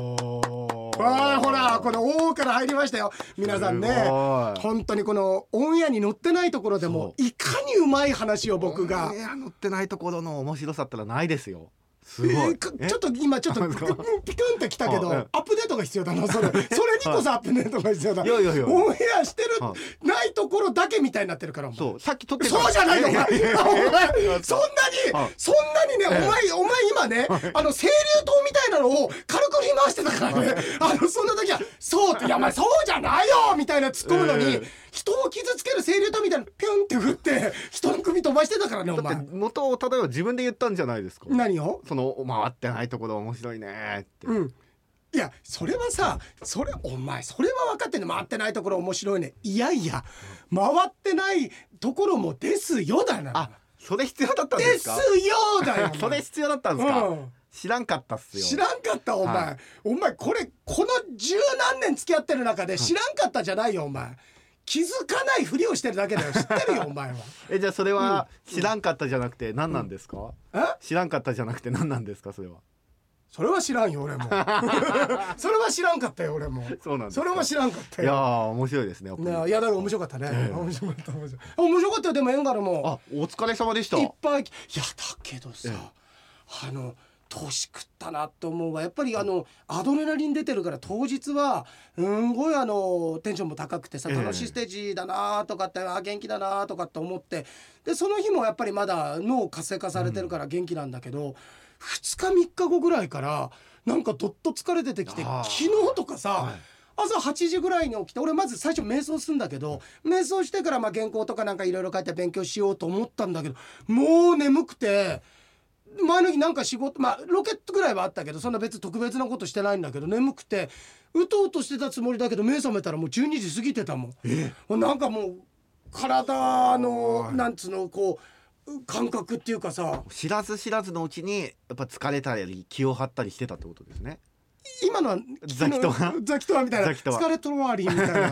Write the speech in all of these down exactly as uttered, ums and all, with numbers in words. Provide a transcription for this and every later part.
あほらこの「お」から入りましたよ皆さんね。本当にこのオンエアに載ってないところでもいかにうまい話を僕が。 オンエア載ってないところの面白さったらないですよ。すごい、 えー、ちょっと今ちょっとピクンってきたけどアップデートが必要だなそれそれにこそアップデートが必要だ。 いやいやいやオンエアしてるないところだけみたいになってるから。 そうさっき撮ってそうじゃないよお前そんなにそんなにねお前お前今ねあの清流灯みたいなのを軽く振り回してたからねあのそんな時はそうっていやお前そうじゃないよみたいな突っ込むのに人を傷つける清流灯みたいなピュンって振って人の首飛ばしてたからねお前。 だって元を例えば自分で言ったんじゃないですか。 何をその回ってないところ面白いねって、 うん、いやそれはさそれお前それは分かってんの回ってないところ面白いね。いやいや回ってないところもですよだな。 あそれ必要だったんですか。 ですよだよそれ必要だったんですか、 うん、 知らんかったっすよ。 知らんかったお前、はい、お前これこの十何年付き合ってる中で知らんかったじゃないよお前。気づかないふりをしてるだけだよ知ってるよお前は。 えじゃあそれは知らんかったじゃなくて何なんですか、うん、え知らんかったじゃなくて何なんですか。それはそれは知らんよ俺もそれは知らんかったよ俺も。 そうなんですか。 それは知らんかったよ。 いやー面白いですね。 いやいやだから面白かったね、えー、面白かった面白かった面白かったよ。でもエンガルもあお疲れ様でした。 いっぱいいやだけどさ、えー、あの年食ったなって思うわやっぱりあのアドレナリン出てるから当日はすんごいあのテンションも高くてさ楽しいステージだなとかって、えー、あ元気だなとかって思ってでその日もやっぱりまだ脳活性化されてるから元気なんだけど、うん、ふつかみっかごぐらいからなんかどっと疲れててきて昨日とかさ、はい朝はちじぐらいに起きて俺まず最初瞑想するんだけど瞑想してからまあ原稿とかなんかいろいろ書いて勉強しようと思ったんだけどもう眠くて前の日なんか仕事まあロケットぐらいはあったけどそんな別特別なことしてないんだけど眠くてうとうとしてたつもりだけど目覚めたらもうじゅうにじ過ぎてたもん。えなんかもう体のなんつうのこう感覚っていうかさ知らず知らずのうちにやっぱ疲れたり気を張ったりしてたってことですね。 今のはザキトワザキトワみたいな疲れとろわりみたいな、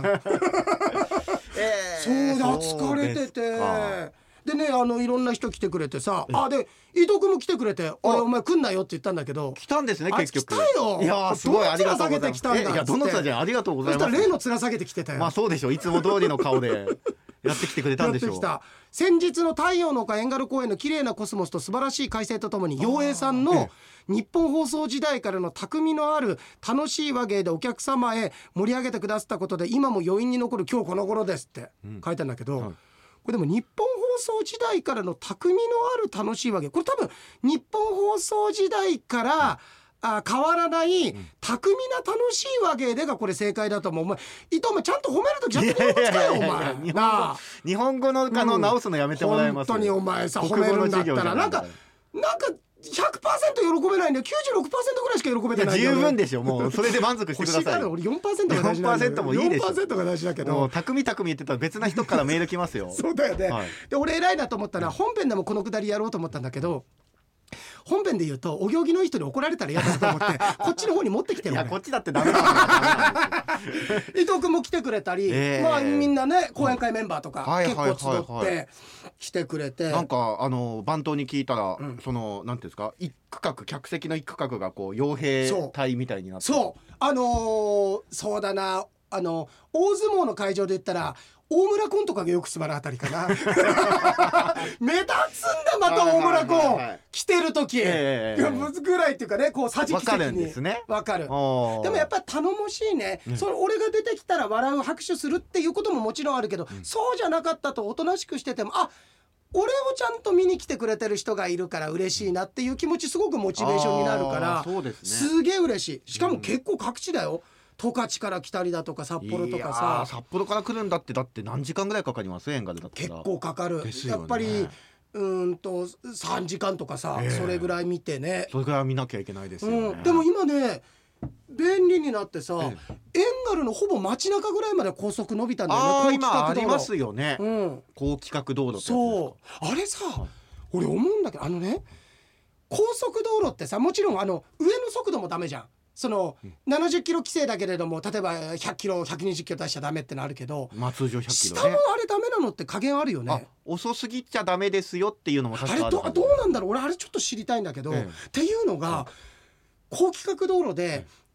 えー、そうだ疲れててでねあのいろんな人来てくれてさあで伊藤君も来てくれて俺お前来んなよって言ったんだけど来たんですね結局。 来たよ。 いやすごいありがとうございます。 いやどの面じゃありがとうございます。 そしたら例の面下げてきてたよ。 まあそうでしょういつも通りの顔でやってきてくれたんでしょう。やってきた先日の太陽の丘エンガル公園の綺麗なコスモスと素晴らしい快晴とともに陽平さんの日本放送時代からの匠のある楽しい話芸でお客様へ盛り上げてくださったことで今も余韻に残る今日この頃ですって書いてあるんだけど、うんはい、これでも日本放送時代からの匠のある楽しい話芸これ多分日本放送時代から、うんあ変わらない巧みな楽しい話芸でがこれ正解だと思う。お前伊藤お前ちゃんと褒めると逆に思ったよお前なあ日本語のあの直すのやめてもらえます、 うん、本当にお前さ褒めるんだったらなんかなんか ひゃくパーセント 喜べないんだよ。きゅうじゅうろくパーセント ぐらいしか喜べてないんだよ。 十分でしょもうそれで満足してください。 俺 よんパーセント が大事なんだよ。 よんパーセント もいいでしょ。 よんパーセント が大事だけどもう匠匠言ってたら別な人からメール来ますよそうだよね、はい、で俺偉いなと思ったのは本編でもこのくだりやろうと思ったんだけど本編で言うとお行儀のいい人に怒られたら嫌だと思ってこっちの方に持ってきてる。 いやこっちだってダメなんだ伊藤君も来てくれたり、えー、まあみんなね講演会メンバーとか結構集って来てくれて、 なんかあの番頭に聞いたら、うん、そのなんていうんですか一区画客席の一区画がこう傭兵隊みたいになってそうあのー、そうだなあの大相撲の会場で言ったら大村君とかがよく座るあたりかな目立つんだまた大村君、はいはいはい、来てる時、えー、ぐらいっていうかねこう桟敷席に分かるんですね。分かる。でもやっぱり頼もしいね、うん、その俺が出てきたら笑う拍手するっていうことももちろんあるけど、うん、そうじゃなかったとおとなしくしててもあ俺をちゃんと見に来てくれてる人がいるから嬉しいなっていう気持ちすごくモチベーションになるからそうですね、 すげえ嬉しい。しかも結構各地だよ、うん十勝から来たりだとか札幌とかさ。 札幌から来るんだってだって何時間ぐらいかかりますエンガルだったら。 結構かかる、ね、やっぱりうんとさんじかんとかさ、えー、それぐらい見てねそれぐらい見なきゃいけないですよね、うん、 でも今ね便利になってさ、えー、エンガルのほぼ街中ぐらいまで高速伸びたんだよね。 あ今ありますよね、うん、高規格道路ってやつですか。 そうあれさ、はい、俺思うんだけどあのね高速道路ってさもちろんあの上の速度もダメじゃん。そのななじゅっキロ規制だけれども例えばひゃっキロひゃくにじゅっキロ出しちゃダメってのあるけど、 まあ通常ひゃっキロね、 下のあれダメなのって加減あるよね。 あ遅すぎちゃダメですよっていうのも確かある。 あれ ど, どうなんだろう俺あれちょっと知りたいんだけど、ええ、っていうのが高規格道路で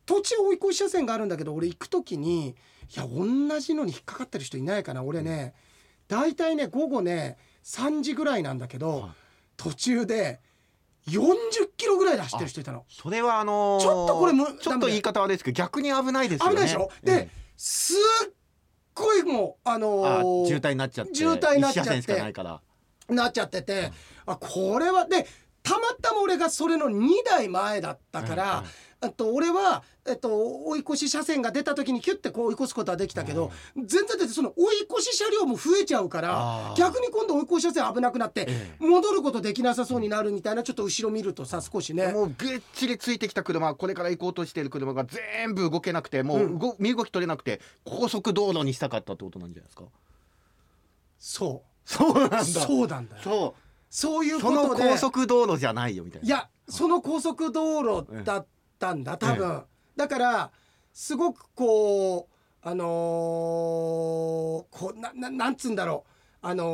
途中追い越し車線があるんだけど、俺行く時にいや同じのに引っかかってる人いないかな。俺ねだいたいね午後ねさんじぐらいなんだけど、はい、途中でよんじゅっキロぐらいで走ってる人いたの。 それはあのー、 ちょっとこれむちょっと言い方はですけど逆に危ないですよね。 危ないでしょ、うん、で、すっごいもうあのー、 渋滞になっちゃって渋滞になっちゃっていち車線しかないからなっちゃってて、うん、あこれはでたまたま俺がそれのにだいまえだったから、うんうんあと俺は、えっと、追い越し車線が出た時にキュッてこう追い越すことはできたけど、うん、全然だってその追い越し車両も増えちゃうから逆に今度追い越し車線危なくなって、ええ、戻ることできなさそうになるみたいな。ちょっと後ろ見るとさ少しねもうぐっちりついてきた車、これから行こうとしている車が全部動けなくてもう動、うん、身動き取れなくて高速道路にしたかったってことなんじゃないですか。 そうそうなんだそうなんだよ。 そうそういうことでその高速道路じゃないよみたいな。 いやその高速道路だったんだ多分、ええ、だからすごくこうあのー、こう な, な, なんつうんだろうあの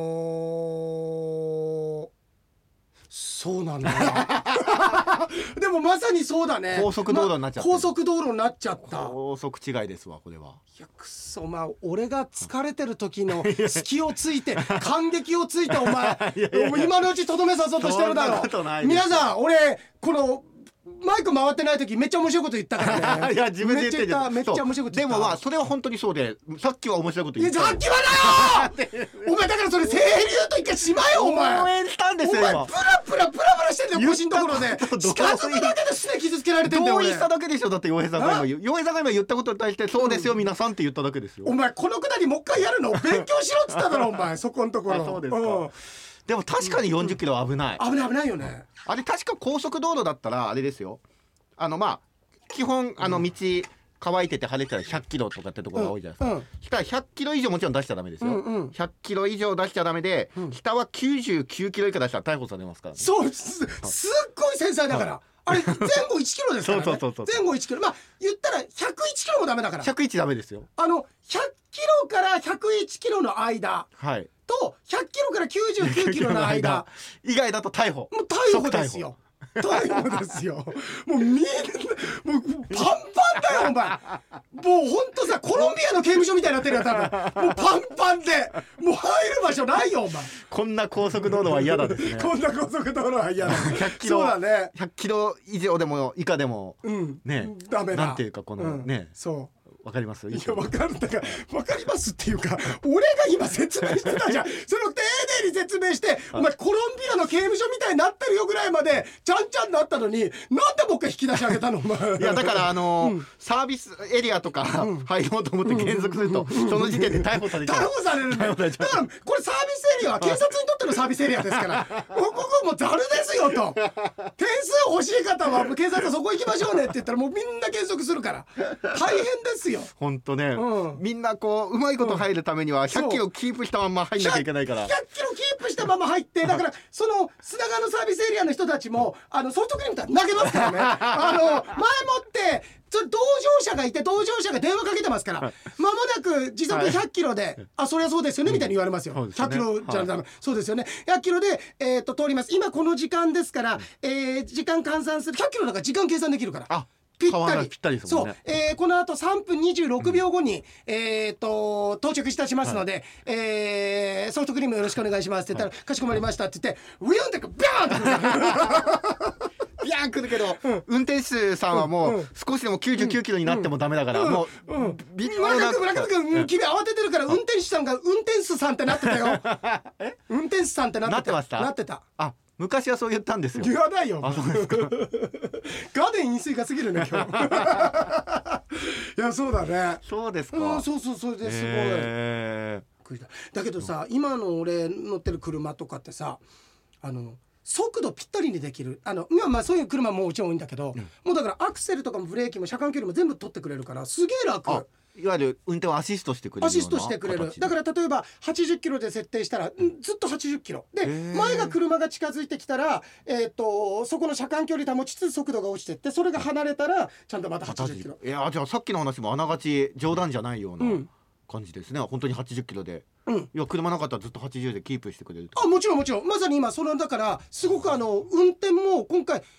ー、そうなんだでもまさにそうだね。 高速道路になっちゃった、 ま、高速道路になっちゃった。 高速違いですわこれは。 いやくそまあ俺が疲れてる時の隙をついて感激をついてお前いやいやいや今のうちとどめさそうとしてるだろ。皆さん俺このマイク回ってない時めっちゃ面白いこと言ったからね。 いや自分で言ってるじゃん。 めっちゃ面白いこと言った。 でもまあそれは本当にそうでさっきは面白いこと言った。 いやさっきはだよお前だからそれ声優と一回しまえよお前。 応援したんですよ。 お前プラプラプラプラしてんだよ腰のところで。近づくだけですね傷つけられてんだよ。 同意しただけでしょ。だって洋平さんが今洋平さんが今言ったことに対してそうですよ、うん、皆さんって言っただけですよ。 お前このくだりもう一回やるの勉強しろっつっただろお前そこのところ。 あそうですか、うんでも確かによんじゅっキロは危ない、 うん、危ない危ないよね。 あれ確か高速道路だったらあれですよ。あのまあ基本あの道乾いてて晴れてたらひゃっキロとかってところが多いじゃないですか、うんうん、下はひゃっキロ以上もちろん出しちゃダメですよ、うんうん、ひゃっキロ以上出しちゃダメで、うん、下はきゅうじゅうきゅうキロ以下出したら逮捕されますから、ね、 そう す, すっごい繊細だから、はい、あれ前後いちキロですからね。そうそうそうそう前後いちキロまあ言ったらひゃくいちキロもダメだから。 ひゃくいちダメですよ。 あのひゃっキロからひゃくいちキロの間、はい、とひゃっキロからきゅうじゅうきゅうキロの間以外だと逮捕。 もう逮捕ですよ。逮捕ですよ。もうみんなもうパンパンだよお前。もうほんとさコロンビアの刑務所みたいになってるよ多分。もうパンパンでもう入る場所ないよお前。 こんな高速道路は嫌だですね。 こんな高速道路は嫌だ。 ひゃっキロ、そうだね、ひゃっキロ以上でも以下でも、うん、ねダメだ。 なんていうかこの、うん、ねそうわかります。 いやわかるだからわかりますっていうか俺が今説明してたじゃん。それを丁寧に説明してお前コロンビアの刑務所みたいになってるよぐらいまでちゃんちゃんなったのになんでもう一回引き出し上げたのお前。 いやだからあのーうん、サービスエリアとか入ろうと思って検索すると、うん、その時点で逮捕されちゃう。 逮捕されるんだよ。だからこれサービスエリアは警察にとってのサービスエリアですからここもうザルですよと点数欲しい方は警察はそこ行きましょうねって言ったらもうみんな検索するから大変ですよ本当ね、うん、みんなこううまいこと入るためにはひゃっキロキープしたまま入んなきゃいけないから。 ひゃっキロキープしたまま入ってだからその砂川のサービスエリアの人たちもあのソフトクリーム投げますからねあの前もって同乗者がいて同乗者が電話かけてますから、はい、間もなく時速ひゃっキロで、はい、あそりゃそうですよねみたいに言われますよ、うん、ひゃっキロじゃなくて、はい、そうですよねひゃっキロで、えー、と通ります。今この時間ですから、えー、時間換算するひゃっキロだから時間計算できるからあぴったり、 ぴったりですもんね。 そう、えー、この後さんぷんにじゅうろくびょうごに、うん、えー、と到着いたしますので、はい、えー、ソフトクリームよろしくお願いしますって言ったら、はい、かしこまりましたって言ってウィーンってビャーンってビャーン来るけど、うん、運転手さんはもう、うん、少しでもきゅうじゅうきゅうキロになってもダメだから、うん、もう、うん、 ビッ村上君村上君君慌ててるから運転手さんが運転手さんってなってたよえ運転手さんってなってた。 なってました。 なってた。 あ昔はそう言ったんですよ。 言わないよ。 あそうですかガーデン飲水が過ぎるね今日いやそうだね。 そうですか、 うん、そうそうそれですごい、えー、だけどさ今の俺乗ってる車とかってさあの速度ぴったりにできるあのまあまあそういう車ももちろん多いんだけど、うん、もうだからアクセルとかもブレーキも車間距離も全部取ってくれるからすげえ楽。 いわゆる運転をアシストしてくれるようなアシストしてくれる。だから例えばはちじゅっキロで設定したら、うん、ずっとはちじゅっキロで前が車が近づいてきたら、えー、とそこの車間距離保ちつつ速度が落ちてってそれが離れたらちゃんとまたはちじゅっキロ。 いやじゃあさっきの話もあながち冗談じゃないような感じですね、うん、本当にはちじゅっキロで、うん、いや車なかったらずっとはちじゅうでキープしてくれると。 あもちろんもちろんまさに今そのだからすごくあの運転も今回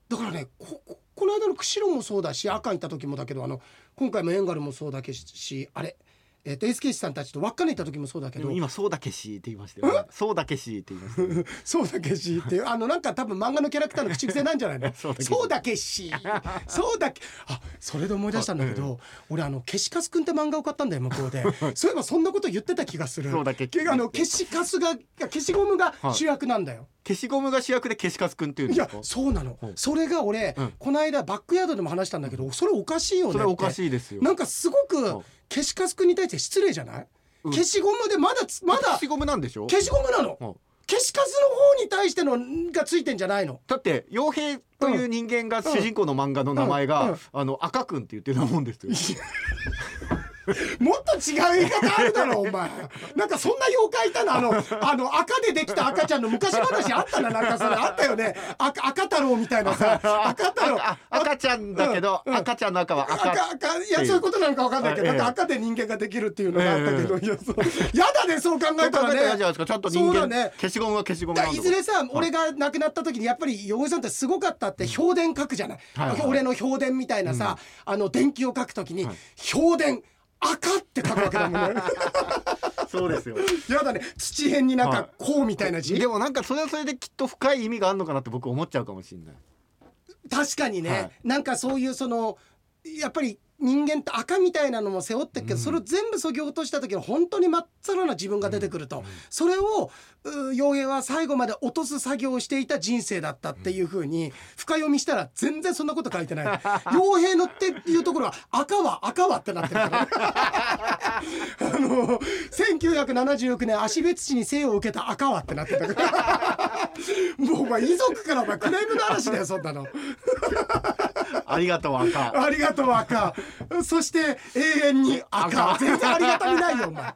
だからね こ, こ, この間の釧路もそうだし、赤行った時もだけど、あの今回もエンガルもそうだけし、あれえー、とエースケーシさんたちと稚内行った時もそうだけど、 今そうだけしって言いましたよ。そうだけしって言いましたよ。 そうだけしっていうあのなんか多分漫画のキャラクターの口癖なんじゃないのそうだけしそうだけあそれで思い出したんだけど、うん、俺あの消しカスくんって漫画を買ったんだよ向こうでそういえばそんなこと言ってた気がする。 そうだけあの消しカスが消しゴムが主役なんだよ、はい、 消しゴムが主役で消しカスくんっていうんですか。 いやそうなの、うん、それが俺、うん、この間バックヤードでも話したんだけど、それおかしいよねって。 それおかしいですよ。 なんかすごく消しカスくんに対して失礼じゃない、うん、消しゴムでまだまだ消しゴムなんでしょ。 消しゴムなの、うん、消しカスの方に対してのがついてんじゃないの。 だって傭兵という人間が主人公の漫画の名前が、うんうん、あの赤くんって言ってるもんですよもっと違う言い方あるだろお前。なんかそんな妖怪いたの、あのあの赤でできた赤ちゃんの昔話あったな。なんかそれあったよね。赤, 赤太郎みたいなさ赤太郎赤ちゃんだけど、うんうん、赤ちゃんの赤は赤赤赤いやそういうことなのか分かんないけど、なんか赤で人間ができるっていうのがあったけど、ええ、いやそうやだねそう考えたらね。 嫌じゃないですか。ちゃんと人間、ね、消しゴムは消しゴムなんだ。 いずれさ、はい、俺が亡くなった時にやっぱり洋平さんってすごかったって評伝書くじゃない、はいはい、俺の評伝みたいなさ、うん、あの伝記を書く時に、はい、評伝赤って書くわけだもんねそうですよ。 やだね土辺になんかこうみたいな字、 はい、でもなんかそれはそれできっと深い意味があるのかなって僕思っちゃうかもしれない。 確かにね、はい、なんかそういうそのやっぱり人間って赤みたいなのも背負ってるけど、うん、それを全部削ぎ落とした時は本当に真っ青な自分が出てくると、うん、それを傭兵は最後まで落とす作業をしていた人生だったっていう風に深読みしたら全然そんなこと書いてない傭兵のっていうところは赤は赤はってなってるからあのせんきゅうひゃくななじゅうろくねん芦別市に生を受けた赤はってなってたからもうお前遺族からお前クレームの嵐だよそんなのありがとう赤、 ありがとう赤、そして永遠に赤、全然ありがたみないよお前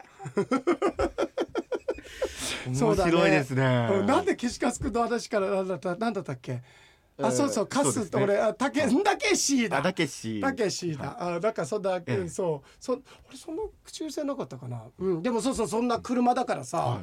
面白いですね。 なんで消しカスくんの話からなんだったなんだったっけ。あ、そうそうカスって俺あたけんだけしだ。 だけし。 だけしだ。あ、なんかそんな、うん、そうそ俺そんな口癖なかったかな。うん、でもそうそうそんな車だからさ、はい、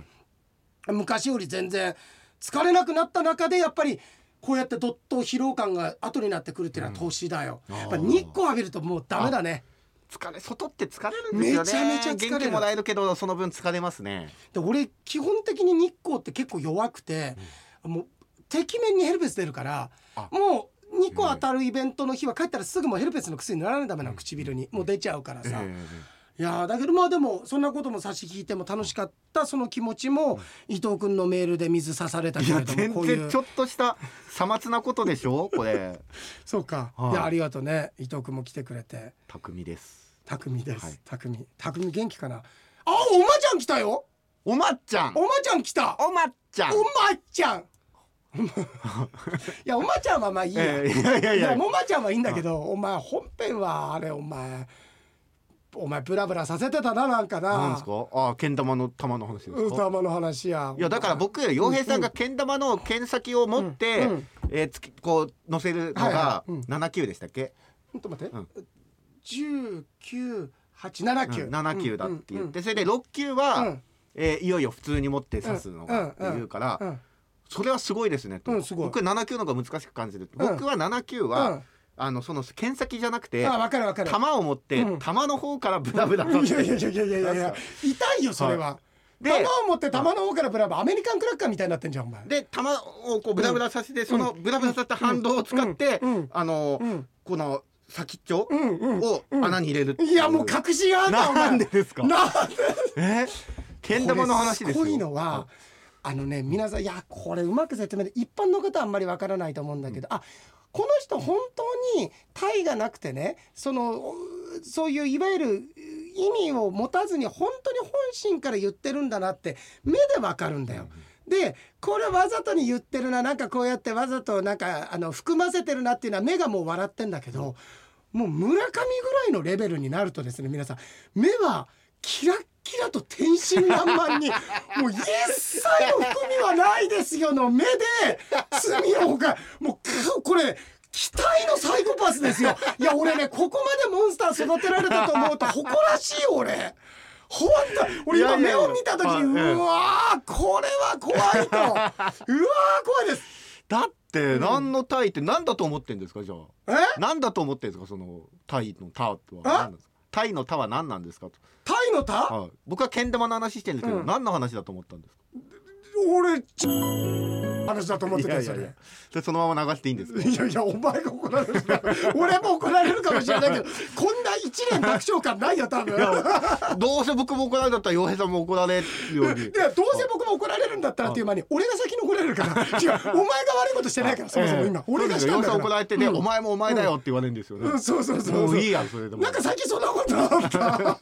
昔より全然疲れなくなった中でやっぱりこうやってどっと疲労感が後になってくるっていうのは投資だよ、うん、やっぱ日光浴びるともうダメだね。 疲れ外って疲れるんですよね。めちゃめちゃ疲れる。元気もらえるけどその分疲れますね。 で俺基本的に日光って結構弱くて、うん、もうてきめんにヘルペス出るからもう日光当たるイベントの日は帰ったらすぐもうヘルペスの薬塗らないとダメなの、唇にもう出ちゃうからさ、えーいやだけどまあでもそんなことも差し引いても楽しかったその気持ちも伊藤君のメールで水刺されたけれども、 全然ちょっとしたさまつなことでしょこれそうか、はい、いやありがとうね伊藤君も来てくれて。 匠です匠です、はい、匠匠元気かなあ。おまちゃん来たよ。 おまっちゃんおまちゃん来た。 おまっちゃんおまっちゃんいやおまちゃんはまあいいや、えー、いやいやいやおまちゃんはいいんだけどお前本編はあれお前お前ブラブラさせてたななんかな。 なんですか。あ、けん玉の玉の話ですか。 玉の話や。 いやだから僕洋平さんがけん玉の剣先を持って、うんうん、えー、つきこう乗せるのがななきゅうでしたっけ。 ちょっと待って、うん、じゅうきゅう、はち、ななきゅう、 うん、ななきゅうだって言って、うん、それでろっきゅうは、うんえー、いよいよ普通に持って刺すのがっていうから、うんうんうん、それはすごいですねと、うん、すごい。僕ななきゅうの方が難しく感じる、うん、僕はななきゅうは、うんあのその剣先じゃなくて、 あ、分かる分かる、 玉を持って、うん、玉の方からブラブラと、 いやいやいやいやいやいや痛いよそれは、はい、で玉を持って玉の方からブラブラアメリカンクラッカーみたいになってんじゃんお前。 で玉をこうブラブラさせて、うん、そのブラブラさせた反動を使って、うんうん、あの、うん、この先っちょを穴に入れるっていう、 いやもう確信あんだお前。 なんでですか。 なんでえけん玉の話ですよ。 こういうのはあのね皆さんいやこれうまく説明で一般の方はあんまりわからないと思うんだけど、うん、あこの人本当に体がなくてねそのそういういわゆる意味を持たずに本当に本心から言ってるんだなって目でわかるんだよ。でこれわざとに言ってるななんかこうやってわざとなんかあの含ませてるなっていうのは目がもう笑ってんだけど、もう村上ぐらいのレベルになるとですね皆さん目はキラッキラと天真爛漫にもう一切の含みはないですよの目で罪を犯もうこれ期待のサイコパスですよ。いや俺ねここまでモンスター育てられたと思うと誇らしい俺本当俺今目を見た時にうわーこれは怖いとうわー怖いです。 だっって何のタイって何だと思ってんですかじゃあ。 え何だと思ってんですかそのタイのタとは何なんですか。タイのタは何なんですかと。 タイのタ、 はい、僕はけん玉の話してるんですけど、 うん、 何の話だと思ったんですか。 俺ち話だと思ってたよそれ。いやいやいやでそのまま流していいんですか。 いやいやお前が怒られる俺も怒られるかもしれないけどこんな一年楽勝感ないよ多分。 どうせ僕も怒られるんだったら洋平さんも怒られるように。 いやどうせ僕も怒られるんだったらっていう前に俺が先に怒られるから違うお前が悪いことしてないからそもそも今俺がしたんだから。 洋平さん怒られてね、うん、お前もお前だよって言われるんですよね、 うん、そうそうそうそう。 もういいやそれでも。 なんか最近そんなことあった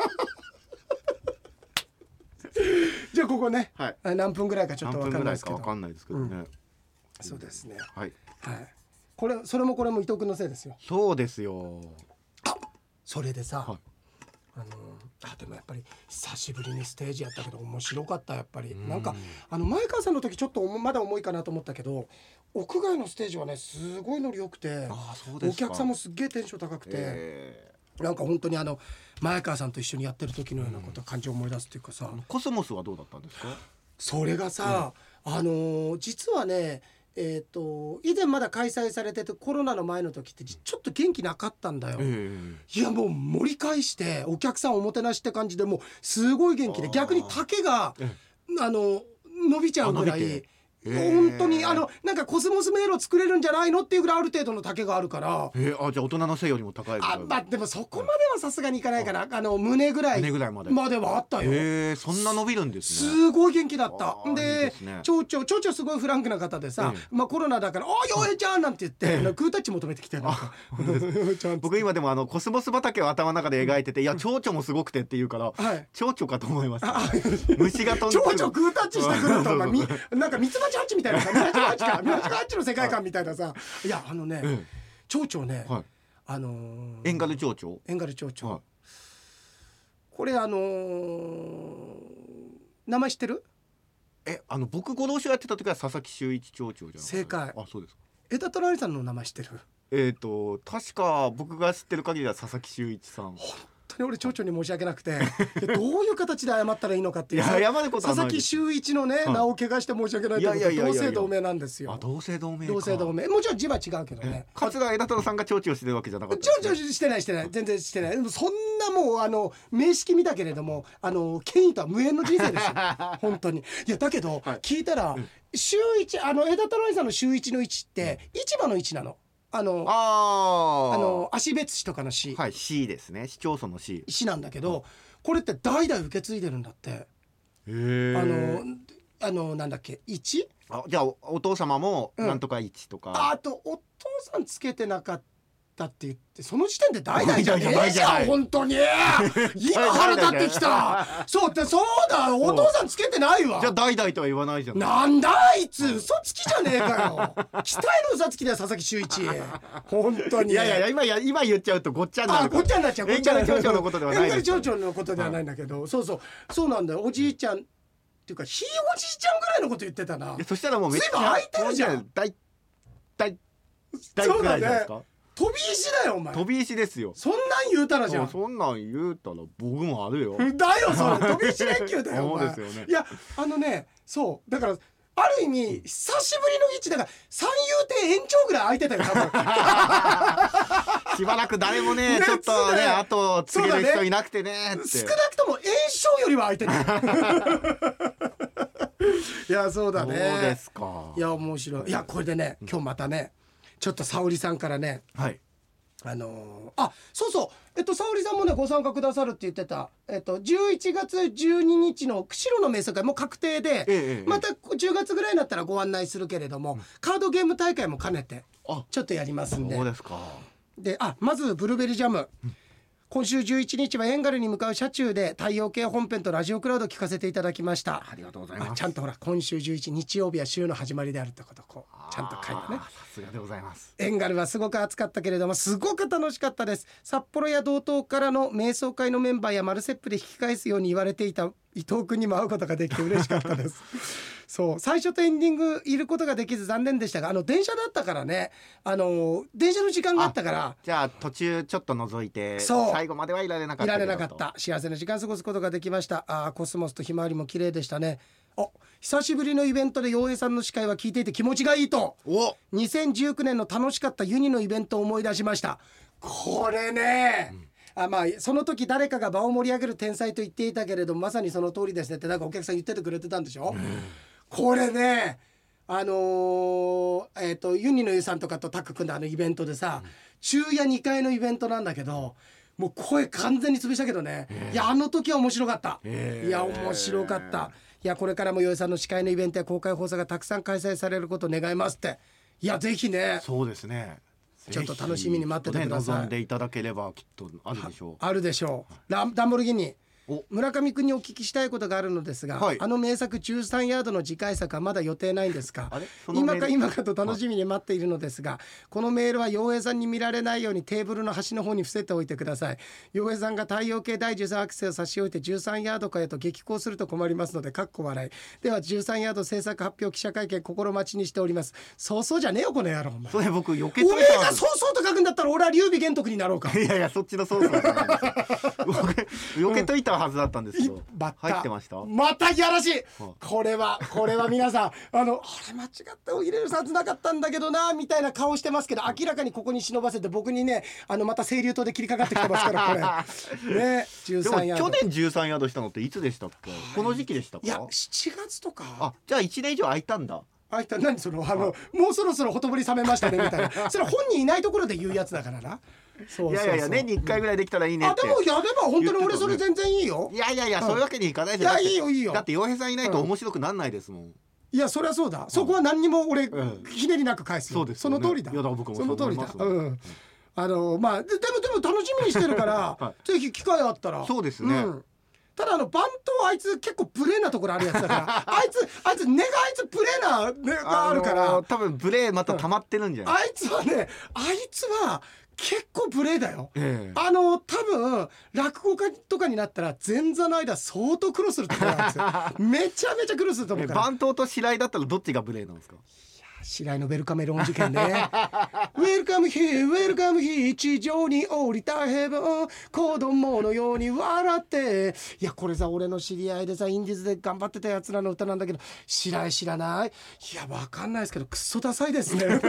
じゃあここね、はい、何分ぐらいかちょっと分かんないですけど。 何分ぐらいか分かんないですけどね、うん、 そうですね。 はい、 はい、これそれもこれも伊藤君のせいですよ。 そうですよ。 あそれでさ、はい、あのあでもやっぱり久しぶりにステージやったけど面白かったやっぱり。んなんかあの前川さんの時ちょっとまだ重いかなと思ったけど屋外のステージはねすごいノリ良くて、 あそうですか。 お客さんもすっげえテンション高くて、えー、なんか本当にあの前川さんと一緒にやってる時のようなこと感情を思い出すっていうかさ。 コスモスはどうだったんですか。 それがさ、うん、あのー、実はねえー、と以前まだ開催されててコロナの前の時ってちょっと元気なかったんだよ、えー、いやもう盛り返してお客さんをおもてなしって感じでもうすごい元気で逆に丈があの伸びちゃうぐらい本当にあのなんかコスモス迷路作れるんじゃないのっていうぐらいある程度の丈があるから。 えー、あじゃあ大人の背よりも高いぐらい。 あ、まあ、でもそこまではさすがにいかないからあの胸ぐらい胸ぐらいまでまではあったよ。 えー、そんな伸びるんですね。 すごい元気だった。で、 いいですね、 町長町長すごいフランクな方でさ、ええ、まあコロナだから「おい洋平ちゃん」なんて言って、ええ、グータッチ求めてきてる。 僕今でもあのコスモス畑を頭の中で描いてて、いや蝶々もすごくてって言うから、はい、蝶々かと思います。虫が飛んで蝶々グータッチしてくるとなんかミツバチハッチみたいなさミツバチハッチかミツバチハッチの世界観みたいなさ、いやあのね、ええ、蝶々ね、はい、あのー、 エンガル蝶々 エンガル蝶々、はい、これあのー、名前知ってる？ えあの僕ご同士をやってた時は佐々木修一町長じゃないですか。 正解。 あそうですか。 枝虎さんの名前知ってる？ えっ、ー、と確か僕が知ってる限りは佐々木修一さん。 本当に俺町長に申し訳なくてどういう形で謝ったらいいのかっていう。 いや謝ることはない。 佐々木修一のね、はい、名を怪我して申し訳ないけど同姓同名なんですよ。 あ同姓同名か。 同姓同名もちろん字は違うけどね。 桂枝虎さんが町長してるわけじゃなかった、 ね、町長してないしてない全然してない。そんなもうあの名式見たけれどもあの権威とは無縁の人生ですよ本当に。いやだけど、はい、聞いたら、うん、週一あの枝虎さんの週一の一って、うん、市場の一なの。あのああの芦別市とかの市、 はい、市ですね。市町村の市市なんだけど、これって代々受け継いでるんだって。へえ。 あのあのなんだっけ一？ あじゃあ お, お父様もなんとか一とか、うん、 あとお父さんつけてなかったって言ってその時点で代々じゃねえじゃん本当に今腹立ってきたそうってそうだお父さんつけてないわ。 じゃあ代々とは言わないじゃん。 なんだあいつ嘘つきじゃねえかよ期待の嘘つきだよ佐々木修一本当に。 いやいや今や今言っちゃうとごっちゃになる。 あごっちゃになっちゃう。 エンガル町長のことではないです。 エンガル町長のことではないんだけど、はい、そうそうそうなんだよ。おじいちゃんっていうかひいおじいちゃんぐらいのこと言ってたな。 そしたらもうめっちゃ空いてるじゃん。 大大大ぐらいじゃないですか。 飛び石だよお前。 飛び石ですよ。 そんなん言うたらじゃん。 そんなん言うたら僕もあるよ。 だよそれ飛び石連休だよお前。 そうですよね。 いやあのねそうだからある意味久しぶりの位置だから三遊亭延長ぐらい空いてたよ多分。 しばらく誰もねちょっとねあと継げる人いなくてねって。 少なくとも炎症よりは空いてた。いやそうだね。 そうですか。 いや面白い。いやこれでね今日またねちょっと沙織さんからね、 はい、 あのー、あそうそうえっと沙織さんもねご参加くださるって言ってた、えっと、じゅういちがつじゅうににちの釧路の瞑想会もう確定で、ええ、またじゅうがつぐらいになったらご案内するけれども、うん、カードゲーム大会も兼ねてちょっとやりますんで。 そうですか。 であまずブルーベリージャム、うん今週じゅういちにちはエンガルに向かう車中で太陽系本編とラジオクラウド聞かせていただきました。 ありがとうございます。 ちゃんとほら今週じゅういち日曜日は週の始まりであるってことこうちゃんと書いてね。 さすがでございます。 エンガルはすごく暑かったけれどもすごく楽しかったです。札幌や道東からの瞑想会のメンバーやマルセップで引き返すように言われていた伊藤君にも会うことができて嬉しかったですそう最初とエンディングいることができず残念でしたが、あの電車だったからね、あの電車の時間があったから、 じゃあ途中ちょっと覗いてそう最後まではいられなかったいられなかった。幸せな時間過ごすことができました。あコスモスとひまわりも綺麗でしたね。お久しぶりのイベントで陽平さんの司会は聞いていて気持ちがいいと。 おにせんじゅうきゅうねんの楽しかったユニのイベントを思い出しました。これね、うん、あまあその時誰かが場を盛り上げる天才と言っていたけれどまさにその通りですねってなんかお客さん言っててくれてたんでしょ、うん、これねあのー、えっ、ー、とユニの湯さんとかとタッグ組んだあのイベントでさ、うん、昼夜にかいのイベントなんだけどもう声完全に潰したけどね、いやあの時は面白かった、いや面白かった。いやこれからも陽平さんの司会のイベントや公開放送がたくさん開催されることを願いますって。いやぜひね、 そうですね、 ちょっと楽しみに待っててください。 望んでいただければきっとあるでしょう。 あるでしょう。ラダンボルギーニ村上くんにお聞きしたいことがあるのですが、はい、あの名作じゅうさんヤードの次回作はまだ予定ないんですか？今か今かと楽しみに待っているのですが、はい、このメールは陽平さんに見られないようにテーブルの端の方に伏せておいてください。陽平さんが太陽系だいじゅうさんアクセを差し置いてじゅうさんヤードかへと激高すると困りますのでかっこ笑い。ではじゅうさんヤード制作発表記者会見心待ちにしております。そうそうじゃねえよこの野郎。お前それ僕避けといた。 おめえがそうそうと書くんだったら俺は劉備玄徳になろうか。 いやいやそっちのそうそうじゃないです避けといたはずだったんですけど、うんまた入ってました。 またいやらしい、はあ、これはこれは皆さんあのあれ間違って入れるはずなかったんだけどなみたいな顔してますけど、明らかにここに忍ばせて僕にねあのまた清流島で切りかかってきてますからこれねじゅうさんヤード。 でも去年じゅうさんヤードしたのっていつでしたっけ、はい、この時期でしたか？ いやしちがつとか。 あじゃあいちねん以上空いたんだ。 あいた何そのあのもうそろそろほとぼり冷めましたねみたいなそれは本人いないところで言うやつだからな。そうそうそう、いやいやいや年にいっかいぐらいできたらいいねって。 あでもやれば本当に俺それ全然いいよ。 いやいやいや、うん、そういうわけにいかないですよ。 いやいいよいいよ。 だって陽平さんいないと面白くなんないですもん、うん、 いやそりゃそうだ、うん、そこは何にも俺、うん、ひねりなく返すよ。そうですよね、その通りだ。 いやだ僕もそう思います。 その通りだ、うん、あのまあで, でもでも楽しみにしてるから、はい、ぜひ機会あったら。 そうですね、 うんただあのバントあいつ結構プレーなところあるやつだからあいつあいつ根があいつプレーな根があるから、あのー、 多分ブレーまた溜まってるんじゃない、 うん、あいつはねあいつは結構ブレーだよ、えー、あの多分落語家とかになったら前座の間相当苦労すると思うやつめちゃめちゃ苦労すると思うから。 バントと白井だったらどっちがブレーなんですか？ 白井のウェルカメロン事件ねウェルカムヒーウェルカムヒー地上に降りたヘブン子供のように笑って。いやこれさ俺の知り合いでさインディーズで頑張ってたやつらの歌なんだけど白井知らない？いやわかんないですけどクソダサいですね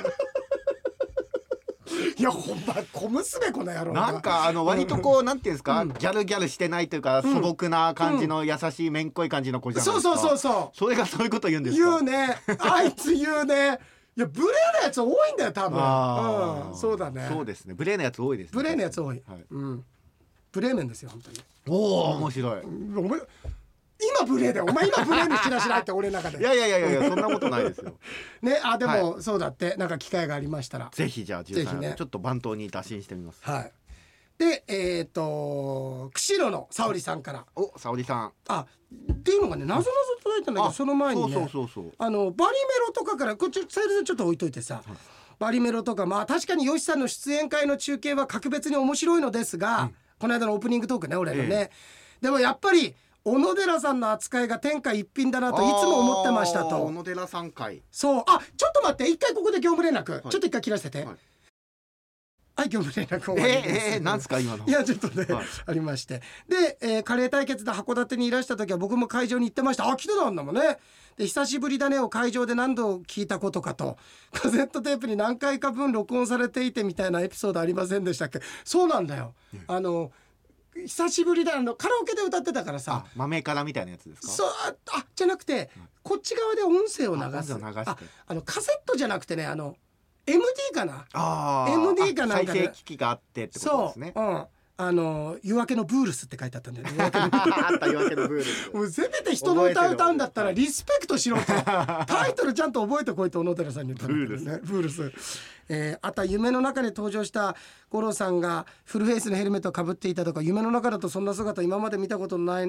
いやほんま小娘この野郎。 なんかあの割とこうなんていうんですか、うん、ギャルギャルしてないというか、うん、素朴な感じの優しいめんこい感じの子じゃないですか、 うん、そうそうそうそうそれがそういうこと言うんですか？ 言うねあいつ言うねいやブレーなやつ多いんだよ多分。あ、うん、そうだね。 そうですねブレーなやつ多いですね。 ブレーなやつ多い、はいうん、ブレーメンですよ本当に。 おお面白い。 お前今ブレーだよお前今ブレーにしなしないって俺の中で。 いやいやいやいやそんなことないですよねあでも、はい、そうだってなんか機会がありましたらぜひじゃあじゅうさん、ね、ちょっと番頭に打診してみます。 はいでえっ、ー、と釧路の沙織さんから。 お沙織さんあっていうのがねなぞなぞ届いたんだけどその前にねそうそうそうそうあのバリメロとかからこっちサイルさんちょっと置いといてさ、はい、バリメロとかまあ確かにヨシさんの出演会の中継は格別に面白いのですが、うん、この間のオープニングトークね俺のね、えー、でもやっぱり小野寺さんの扱いが天下一品だなといつも思ってましたと。 小野寺さん会そうあちょっと待って一回ここで業務連絡、はい、ちょっと一回切らせて、はいはい、業務連絡終わりです。 えー、えー、なんすか今の。 いやちょっとね、はい、ありましてで、えー、カレー対決で函館にいらした時は僕も会場に行ってました。あ来てたんだもんね。で久しぶりだねを会場で何度聞いたことかとカセットテープに何回か分録音されていてみたいなエピソードありませんでしたっけ？そうなんだよ、うん、あの久しぶりだあのカラオケで歌ってたからさ豆からみたいなやつですか？ そうあじゃなくて、うん、こっち側で音声を流す。 あ、音声を流してああのカセットじゃなくてねあのエムディー かなあエムディー かなんか再生機器があってってことですね。 そう、うん、あの夜明けのブールスって書いてあったんだよねあった夜明けのブールスもうせめて人の歌歌うんだったらリスペクトしろとタイトルちゃんと覚えてこいと小野寺さんに言ったんだけどねブールス、えー、あとは夢の中で登場した五郎さんがフルフェイスのヘルメットをかぶっていたとか夢の中だとそんな姿今まで見たことない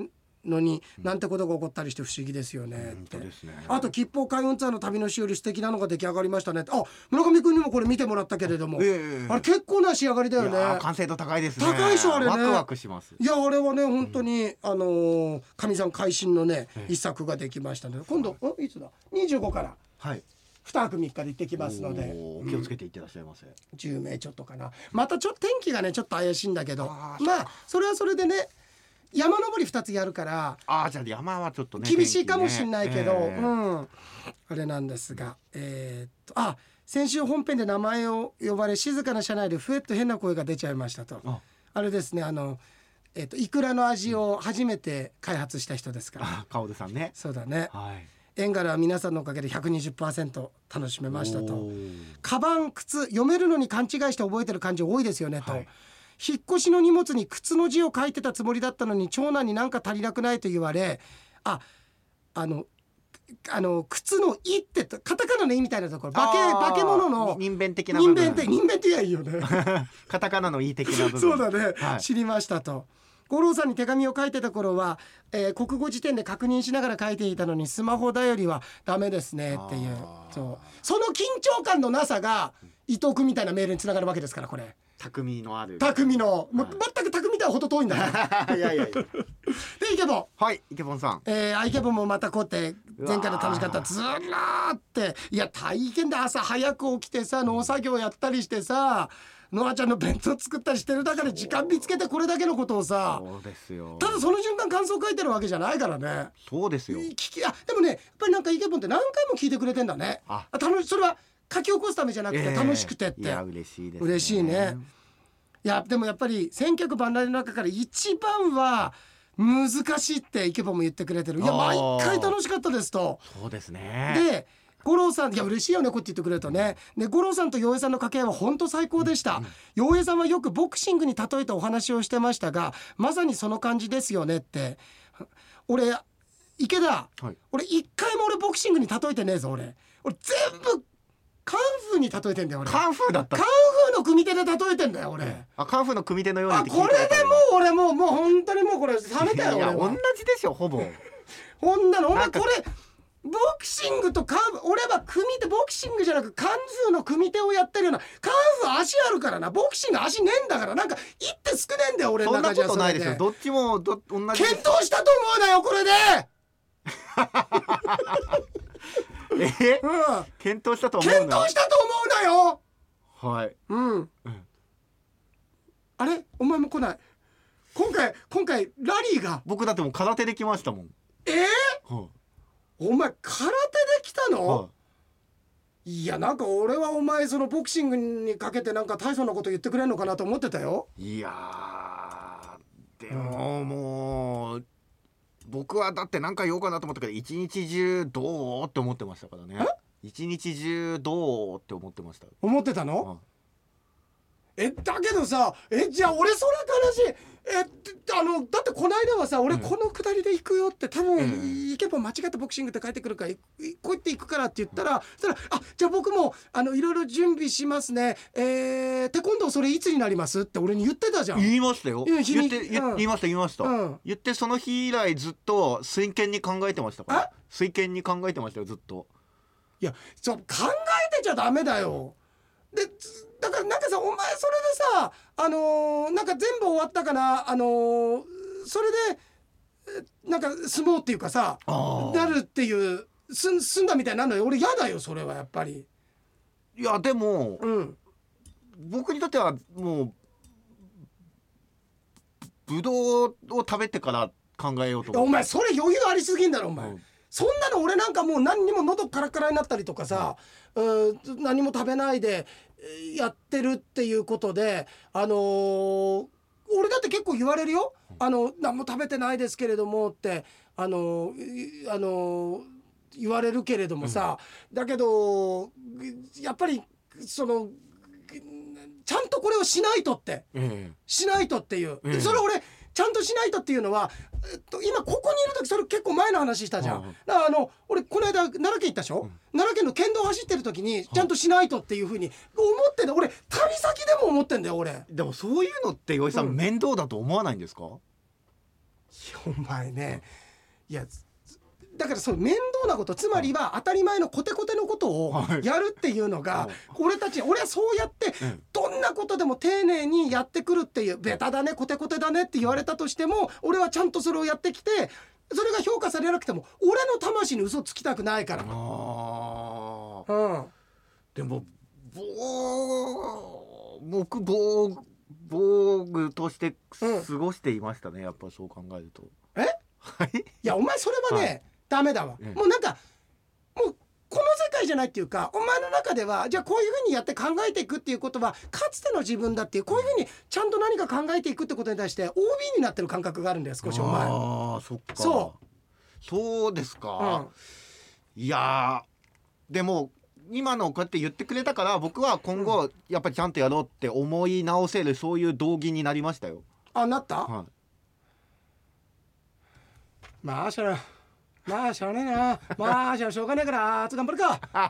のに、うん、なんてことが起こったりして不思議ですよねって、 ですね、 あと吉報開運ツアーの旅のしおり素敵なのが出来上がりましたねって、あ村上くんにもこれ見てもらったけれども、えー、あれ結構な仕上がりだよね。 完成度高いですね。 高いでしょあれね。 ワクワクします。 いやあれはね本当に、うん、あのかみさん会心のね、えー、一作ができましたので、今度、はい、いつだにじゅうごからはいにはくみっかで行ってきますので、 気をつけて行ってらっしゃいませ、うん、 じゅうめいちょっとかな。またちょっと天気がねちょっと怪しいんだけど、あまあそれはそれでね山登りふたつやるからあじゃあ山はちょっとね厳しいかもしれないけど、ねえーうん、あれなんですが、えー、っとあ先週本編で名前を呼ばれ静かな車内でふえっと変な声が出ちゃいましたと。 あ, あれですねあのえー、っとイクラの味を初めて開発した人ですから、うん、 カオルさんね。 そうだね、 はいエンガルは皆さんのおかげで ひゃくにじゅっパーセント 楽しめましたと。カバン靴読めるのに勘違いして覚えてる漢字多いですよねと、はい、引っ越しの荷物に靴の字を書いてたつもりだったのに長男になんか足りなくないと言われ、ああのあの靴のいってカタカナのいみたいなところ化け化け物の人弁的な部分、 人弁って人弁っていやいいよねカタカナのい的な部分そうだね、はい、知りましたと。五郎さんに手紙を書いてた頃は、えー、国語辞典で確認しながら書いていたのにスマホ頼りはダメですねっていう、そうその緊張感のなさが伊藤君みたいなメールにつながるわけですから、これ匠のある匠の、はい、全く匠とはほど遠いんだからいやいやいやでイケボンはいイケボンさん、 えー、イケボンもまたこうやって前回の楽しかったずらーっていや大変だ、朝早く起きてさ農作業やったりしてさノアちゃんの弁当作ったりしてるだけで時間見つけてこれだけのことをさ、 そうですよ。 ただその瞬間感想書いてるわけじゃないからね。 そうですよ。 聞きあでもねやっぱりなんかイケボンって何回も聞いてくれてんだね。ああ楽しそれは書き起こすためじゃなくて楽しくてって、えー、 いや嬉しいですね。 嬉しいね。いやでもやっぱり千客万来の中から一番は難しいってイケボンも言ってくれてる。いや毎回楽しかったですと。 そうですね。 で五郎さんいや嬉しいよねこうやって言ってくれるとね。で五郎さんと洋平さんの掛け合いは本当最高でした。洋平さんはよくボクシングに例えたお話をしてましたがまさにその感じですよねって。俺池田、はい、俺一回も俺ボクシングに例えてねえぞ。俺俺全部カンフーに例えてんだよ俺。 カンフーだった。 カンフーの組手で例えてんだよ俺。 あカンフーの組手のようにって聞いて。あこれでもう俺もうもう本当にもうこれ冷めたよ。 いや同じでしょほぼ。 ほんなのお前これボクシングとカンフー俺は組手ボクシングじゃなくカンフーの組手をやってるような。カンフー足あるからなボクシング足ねえんだからなんか一手少ねえんだよ俺の中じゃ。 そんなことないですよ。どっちもど同じ。 検討したと思うなよこれでえ、うん、検討したと思うな。 検討したと思うなよ。 はい。 うん。うん、あれお前も来ない。今回今回ラリーが僕だってもう空手で来ましたもん。 えーはあ、お前空手で来たの？はあ、いやなんか俺はお前そのボクシングにかけてなんか大層なこと言ってくれんのかなと思ってたよ。 いやでも、うん、もう僕はだって何か言おうかなと思ったけど一日中どうって思ってましたからね。一日中どうって思ってました。 思ってたの？うん、えだけどさえじゃあ俺それ悲しい。えあのだってこの間はさ俺この下りで行くよって多分、うん、行けば間違ってボクシングって帰ってくるからこうやって行くからって言ったら、うん、そしたらあじゃあ僕もあのいろいろ準備しますね。えー、テコンドーそれいつになりますって俺に言ってたじゃん。 言いましたよ。言って言、 うん、 言いました言いました、うん、言ってその日以来ずっと真剣に考えてましたから。真剣に考えてましたよずっと。 いやそう考えてちゃダメだよ。でだからなんかさお前それでさあのー、なんか全部終わったかなあのー、それでなんか相撲っていうかさなるっていうす済んだみたいになるのよ。俺嫌だよそれはやっぱり。 いやでも、 うん、僕にとってはもうぶどうを食べてから考えようと思う。 お前それ余裕ありすぎんだろお前、うん、そんなの俺なんかもう何にも喉カラカラになったりとかさ、うん、何も食べないでやってるっていうことであのー、俺だって結構言われるよ。あの何も食べてないですけれどもってあのー、あのー、言われるけれどもさ、うん、だけどやっぱりそのちゃんとこれをしないとって、うん、しないとっていう、うん、それ俺ちゃんとしないとっていうのは、えっと、今ここにいる時それ結構前の話したじゃん、うん、だからあの俺この間奈良県行ったでしょ、うん、奈良県の県道走ってる時にちゃんとしないとっていう風に思ってんだ。俺旅先でも思ってんだよ俺。 でもそういうのって岩井さん、うん、面倒だと思わないんですか？ お前ね、いやだからそう面倒なこと、つまりは当たり前のコテコテのことをやるっていうのが、俺たち俺はそうやってどんなことでも丁寧にやってくるっていう、ベタだねコテコテだねって言われたとしても俺はちゃんとそれをやってきて、それが評価されなくても俺の魂に嘘つきたくないから。 あ、 うん、 でも僕防防具として過ごしていましたね、うん、やっぱそう考えると。 えいやお前それはね、はい、ダメだわ、もうなんかもうこの世界じゃないっていうか、お前の中ではじゃあこういう風にやって考えていくっていうことはかつての自分だっていう、こういう風にちゃんと何か考えていくってことに対して オービー になってる感覚があるんだよ少しお前。 ああそっか、 そうそうですか、うん、いやでも今のこうやって言ってくれたから僕は今後やっぱりちゃんとやろうって思い直せる、そういう動機になりましたよ。 あ、なった、 はい、 まあしょうまあしょうがねえなまあじゃあしょうがねえからあつ頑張るかあ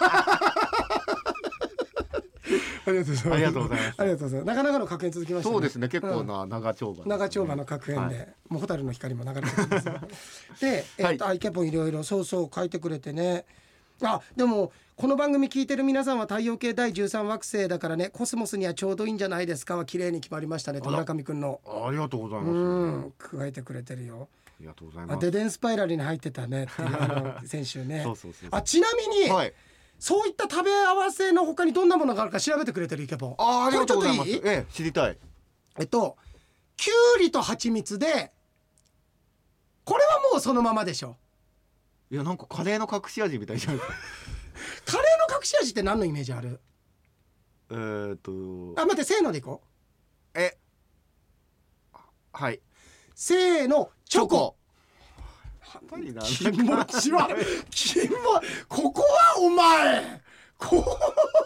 りがとうございます。ありがとうございます。ありがとうございます。なかなかの格言続きましたね。 そうですね、結構な長丁場、ね、 長丁場の格言で、はい、もう蛍の光も流れてるんですで、えーとはい、アイケポンいろいろそうそう書いてくれてね。あ、でもこの番組聞いてる皆さんは太陽系だいじゅうさん惑星だからね、コスモスにはちょうどいいんじゃないですかは綺麗に決まりましたねと村上くんの。 ありがとうございます。 うん加えてくれてるよ。 ありがとうございます。 デデンスパイラルに入ってたねっていうあの先週ねそうそうそうそう。 あ、ちなみに、はい、そういった食べ合わせの他にどんなものがあるか調べてくれてるイケポン。 あ、ありがとうございます。 いい？ ええ、知りたい。 えっときゅうりと蜂蜜で、これはもうそのままでしょ。 いやなんかカレーの隠し味みたいじゃないですかカレーの隠し味って何のイメージある？ えーっとあ、待って、せーのでいこう。えはい、 せーの、チョコ。 気持ち悪い気もここはお前ここ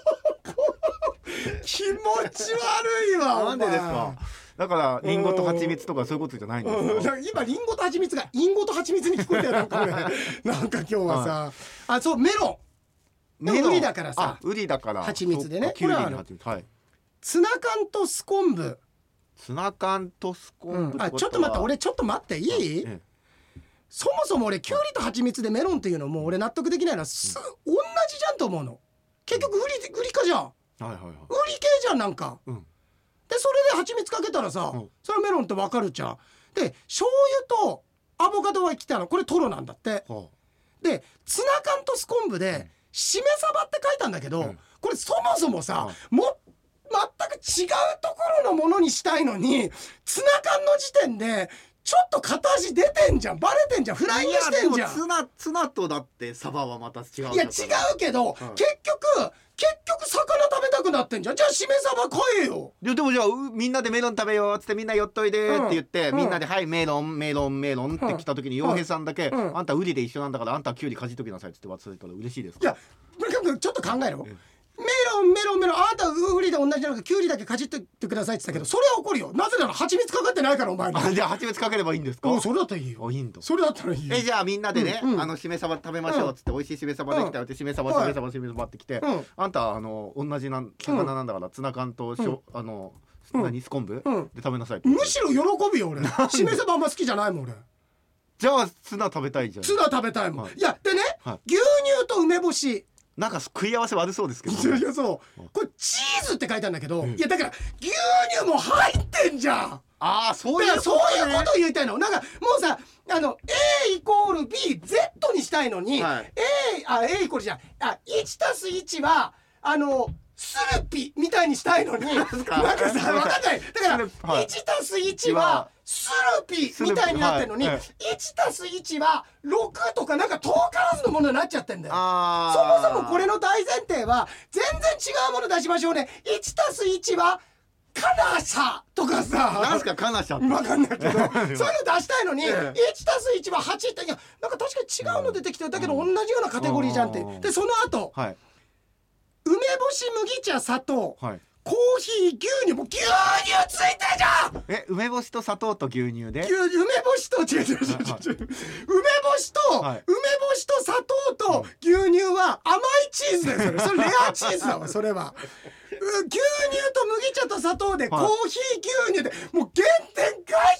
気持ち悪いわ。 なんでですか。だからリンゴと蜂蜜とかそういうことじゃないんですか。 今リンゴと蜂蜜がインゴと蜂蜜に聞こえたよなんか、ね、なんか今日はさ、はい、あ、そうメロンウリだからさ、 ウリだから蜂蜜でね。 これははい、 ツナ缶とス昆布。 ツナ缶とス昆布、 うん、あ、ちょっと待って俺ちょっと待っていい、ええ、そもそも俺キュウリと蜂蜜でメロンっていうのも俺納得できないのはす、うん、同じじゃんと思うの。結局ウリ、ウリかじゃん、はいはいはい、ウリ系じゃんなんか、うん、でそれで蜂蜜かけたらさ、うん、それメロンってわかるじゃん。で醤油とアボカドは来たのこれトロなんだって、はあ、でツナ缶とス昆布で、うん、しめ鯖って書いたんだけど、うん、これそもそもさ、うん、も全く違うところのものにしたいのにツナ缶の時点でちょっと片足出てんじゃん、バレてんじゃん、フライにしてんじゃん。 ツナ、ツナとだってサバはまた違う。 いや違うけど、うん、結局結局魚食べたくなってんじゃん。じゃあしめ鯖買えよ。 いやでもじゃあみんなでメロン食べようっつってみんな寄っといでって言って、うん、みんなではいメロンメロンメロンって来た時に洋、うん、平さんだけ、うん、あんたウリで一緒なんだからあんたはキュウリかじっときなさいって言って渡されたら嬉しいですか。 いやちょっと考えろ、うんメロンメロンメロン、あなたウリで同じなのかキュウリだけかじってってくださいって言ったけど、それは怒るよ。なぜなら蜂蜜かかってないからお前に。 あ、じゃあ蜂蜜かければいいんですか。 うん、それだったらいいよ。 いいんだ。 それだったらいいよ。 え、じゃあみんなでね、うんうん、あのしめ鯖食べましょうっつって、うん、美味しいしめ鯖できたよってしめ鯖しめ鯖しめ鯖ってきて、うん、あんたあの同じな魚なんだから、うん、ツナ缶としょ、うん、あの、うん、何ス昆布、うん、で食べなさいって。 むしろ喜ぶよ俺。しめ鯖あんま好きじゃないもん俺。 じゃあツナ食べたいじゃん。 ツナ食べたいもん。はい、いやでね、はい、牛乳と梅干し。 なんか食い合わせ悪そうですけど、 ね、いやそうこれチーズって書いてあるんだけど、うん、いやだから牛乳も入ってんじゃん。 ああそういうこと、ね、 そういうこと言いたいの。なんかもうさあの A イコール B Z にしたいのに、はい、A あ A イコールじゃんあいちたすいちはあのスルピみたいにしたいのになんかさ分かんないだからいちたすいちはスルピみたいになってるのに、はい、いちたすいちはろくとかなんか遠からずのものになっちゃってんだよ。そもそもこれの大前提は全然違うもの出しましょうね。いちたすいちはカナシャとかさ、 なんすかカナシャって分かんないけどそういうの出したいのにいちたすいちははちっていやなんか確かに違うの出てきてるだけど同じようなカテゴリーじゃんって。でその後、はい、梅干し麦茶砂糖、はい、コーヒー牛乳も牛乳ついてるじゃん。 え梅干しと砂糖と牛乳で梅干しと違う違う違う、はい、梅干しと、はい、梅干しと砂糖と牛乳は甘いチーズだよそれそれレアチーズだわそれは牛乳と麦茶と砂糖でコーヒー牛乳でもう原点回帰してたよ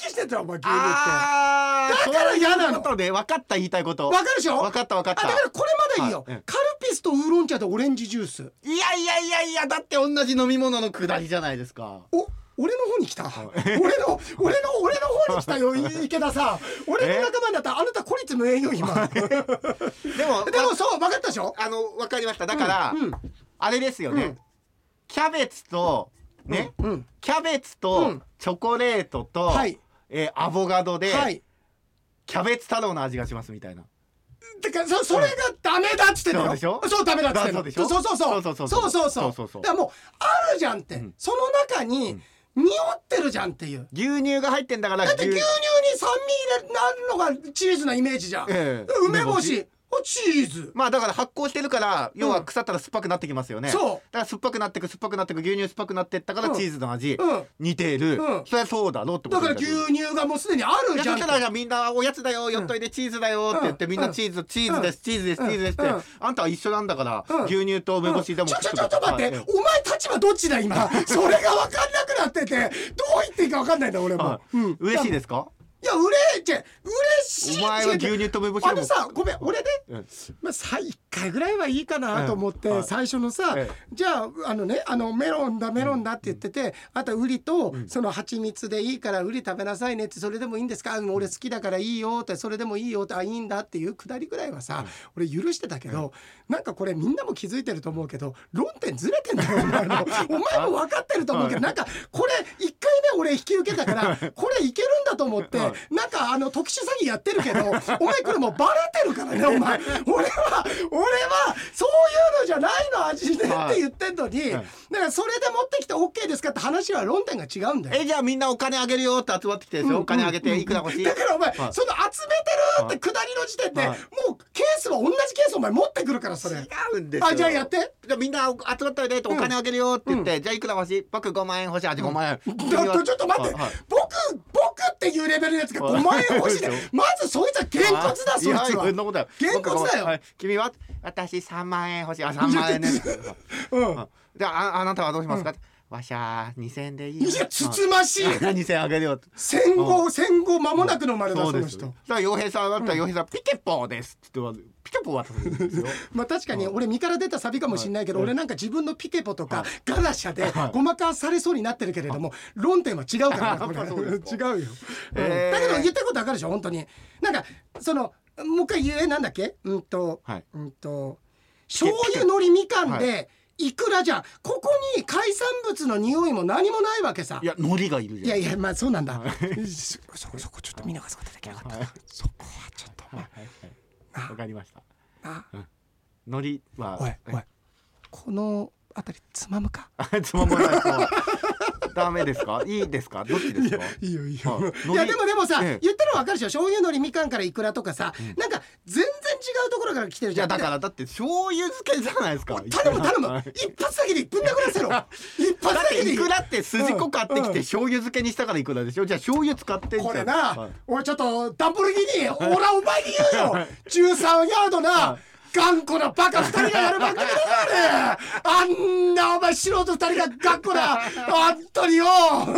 お前牛乳って。 あーだから嫌なの。 そういうことで分かった言いたいこと。 わかるでしょ。 分かった分かった。 あだからこれまだいいよ、 はい、 カルピスとウーロン茶とオレンジジュース。 いやいやいやいやだって同じ飲み物のくだりじゃないですか。 お俺の方に来た俺の俺の俺の方に来たよ池田さん。俺の仲間になったらあなた孤立無縁よ今でもでもそう分かったでしょ。 あの分かりました。だから、うんうん、あれですよね、うん、キャベツとね、うんうん、キャベツとチョコレートと、はい、えー、アボカドで、はい、キャベツ太郎の味がしますみたいな。 だから そ, それがダメだっつってんのよ。そうそうダメだっつってんの。そうそうそうそうそうそうそうそう。だからもうあるじゃんって、うん、その中に、うん匂ってるじゃんっていう。 牛乳が入ってんだから。 だって牛乳に酸味になるのがチーズなイメージじゃん、ええ、梅干しチーズ。 まあだから発酵してるから要は腐ったら酸っぱくなってきますよね、うん、そうだから酸っぱくなってく酸っぱくなってく牛乳酸っぱくなってったからチーズの味、うん、似てる、うん、それはそうだろうってことだから牛乳がもうすでにあるじゃん。 だからみんなおやつだよ寄っといてチーズだよって言ってみんなチーズチーズですチーズですチーズですってあんたは一緒なんだから牛乳と梅干しでもちょちょちょちょ待ってお前立場どっちだ今それが分かんなくなっててどう言っていいか分かんないんだ俺も。 嬉しいですか。 いやうれじゃ嬉しい。 お前は牛乳と梅干しでもあのさごめん俺ね、うん、まあさいっかいぐらいはいいかなと思って、うん、最初のさ、うん、じゃああのねあのメロンだメロンだって言ってて、うん、あとはウリと、うん、その蜂蜜でいいからウリ食べなさいねってそれでもいいんですか、うん、俺好きだからいいよってそれでもいいよってあいいんだっていうくだりぐらいはさ、うん、俺許してたけど、うん、なんかこれみんなも気づいてると思うけど論点ずれてんだよお前のお前も分かってると思うけどなんかこれいっかいめ俺引き受けたからこれいけるんだと思ってなんかあの特殊詐欺やってるけどお前これもうバレてるからねお前俺は俺はそういうのじゃないの味でって言ってんのに、はいはい、だからそれで持ってきて オーケー ですかって話は論点が違うんだよ。 えじゃあみんなお金あげるよって集まってきてですよ、うん、お金あげていくら欲しい。 だからお前、はい、その集めてるってくだりの時点で、はい、もうケースは同じケースお前持ってくるからそれ違うんですよ。 あじゃあやってじゃあみんな集まったでお金あげるよって言って、うん、じゃあいくら欲しい僕ごまんえん欲しい。あじゃあごまんえん、うん、 ちょっと待って、はいはい、僕僕っていうレベルのやつがごまんえん欲しいでまずそいつはげんこつだそいつはげんこつだよ、はい、 君は私さんまんえん欲しい。あさんまんえんねうん、じゃあ あ, あなたはどうしますか、うんわしゃにせんでいいよ。 いやつつましいにせんあげるよ。 戦後戦後間もなくの生まれだその人。だから洋平さんだったら洋平さんピケポーですって言ってピケポー渡すんですよまあ確かに俺身から出たサビかもしれないけど俺なんか自分のピケポとかガラシャでごまかされそうになってるけれども論点は違うからこれ違うよ、えー、だけど言ってることわかるでしょ本当に。なんかそのもう一回言えなんだっけうんと、はい、うんと醤油のりみかんで、はいいくらじゃんここに海産物の匂いも何もないわけさ。 いや海苔がいるじゃん。 いやいやまあそうなんだそ, そ, そこちょっと見逃すことできなかった、はい、そこはちょっとわ、はいはい、かりましたあ、うん、海苔はおいおいこのあたりつまむかつままないとダメですかいいですかどっちですか。 いいよいいよ、はい、いやでもでもさ、ええ、言ったらわかるでしょ醤油海苔みかんからいくらとかさ、うん、なんか全然違うところから来てるじゃん。 いやだからだって醤油漬けじゃないですか。 頼む頼む一発だけでぶん殴らせろ一発だけで。 いくらって筋子買ってきて、うんうん、醤油漬けにしたからいくらでしょ。じゃあ醤油使ってんじゃんこれな、はい、俺ちょっとダンボルギーニ俺はお前に言うよじゅうさんヤードな、はい頑固なバカふたりがやる番組だよねあんなお前素人ふたりが頑固なあんたによ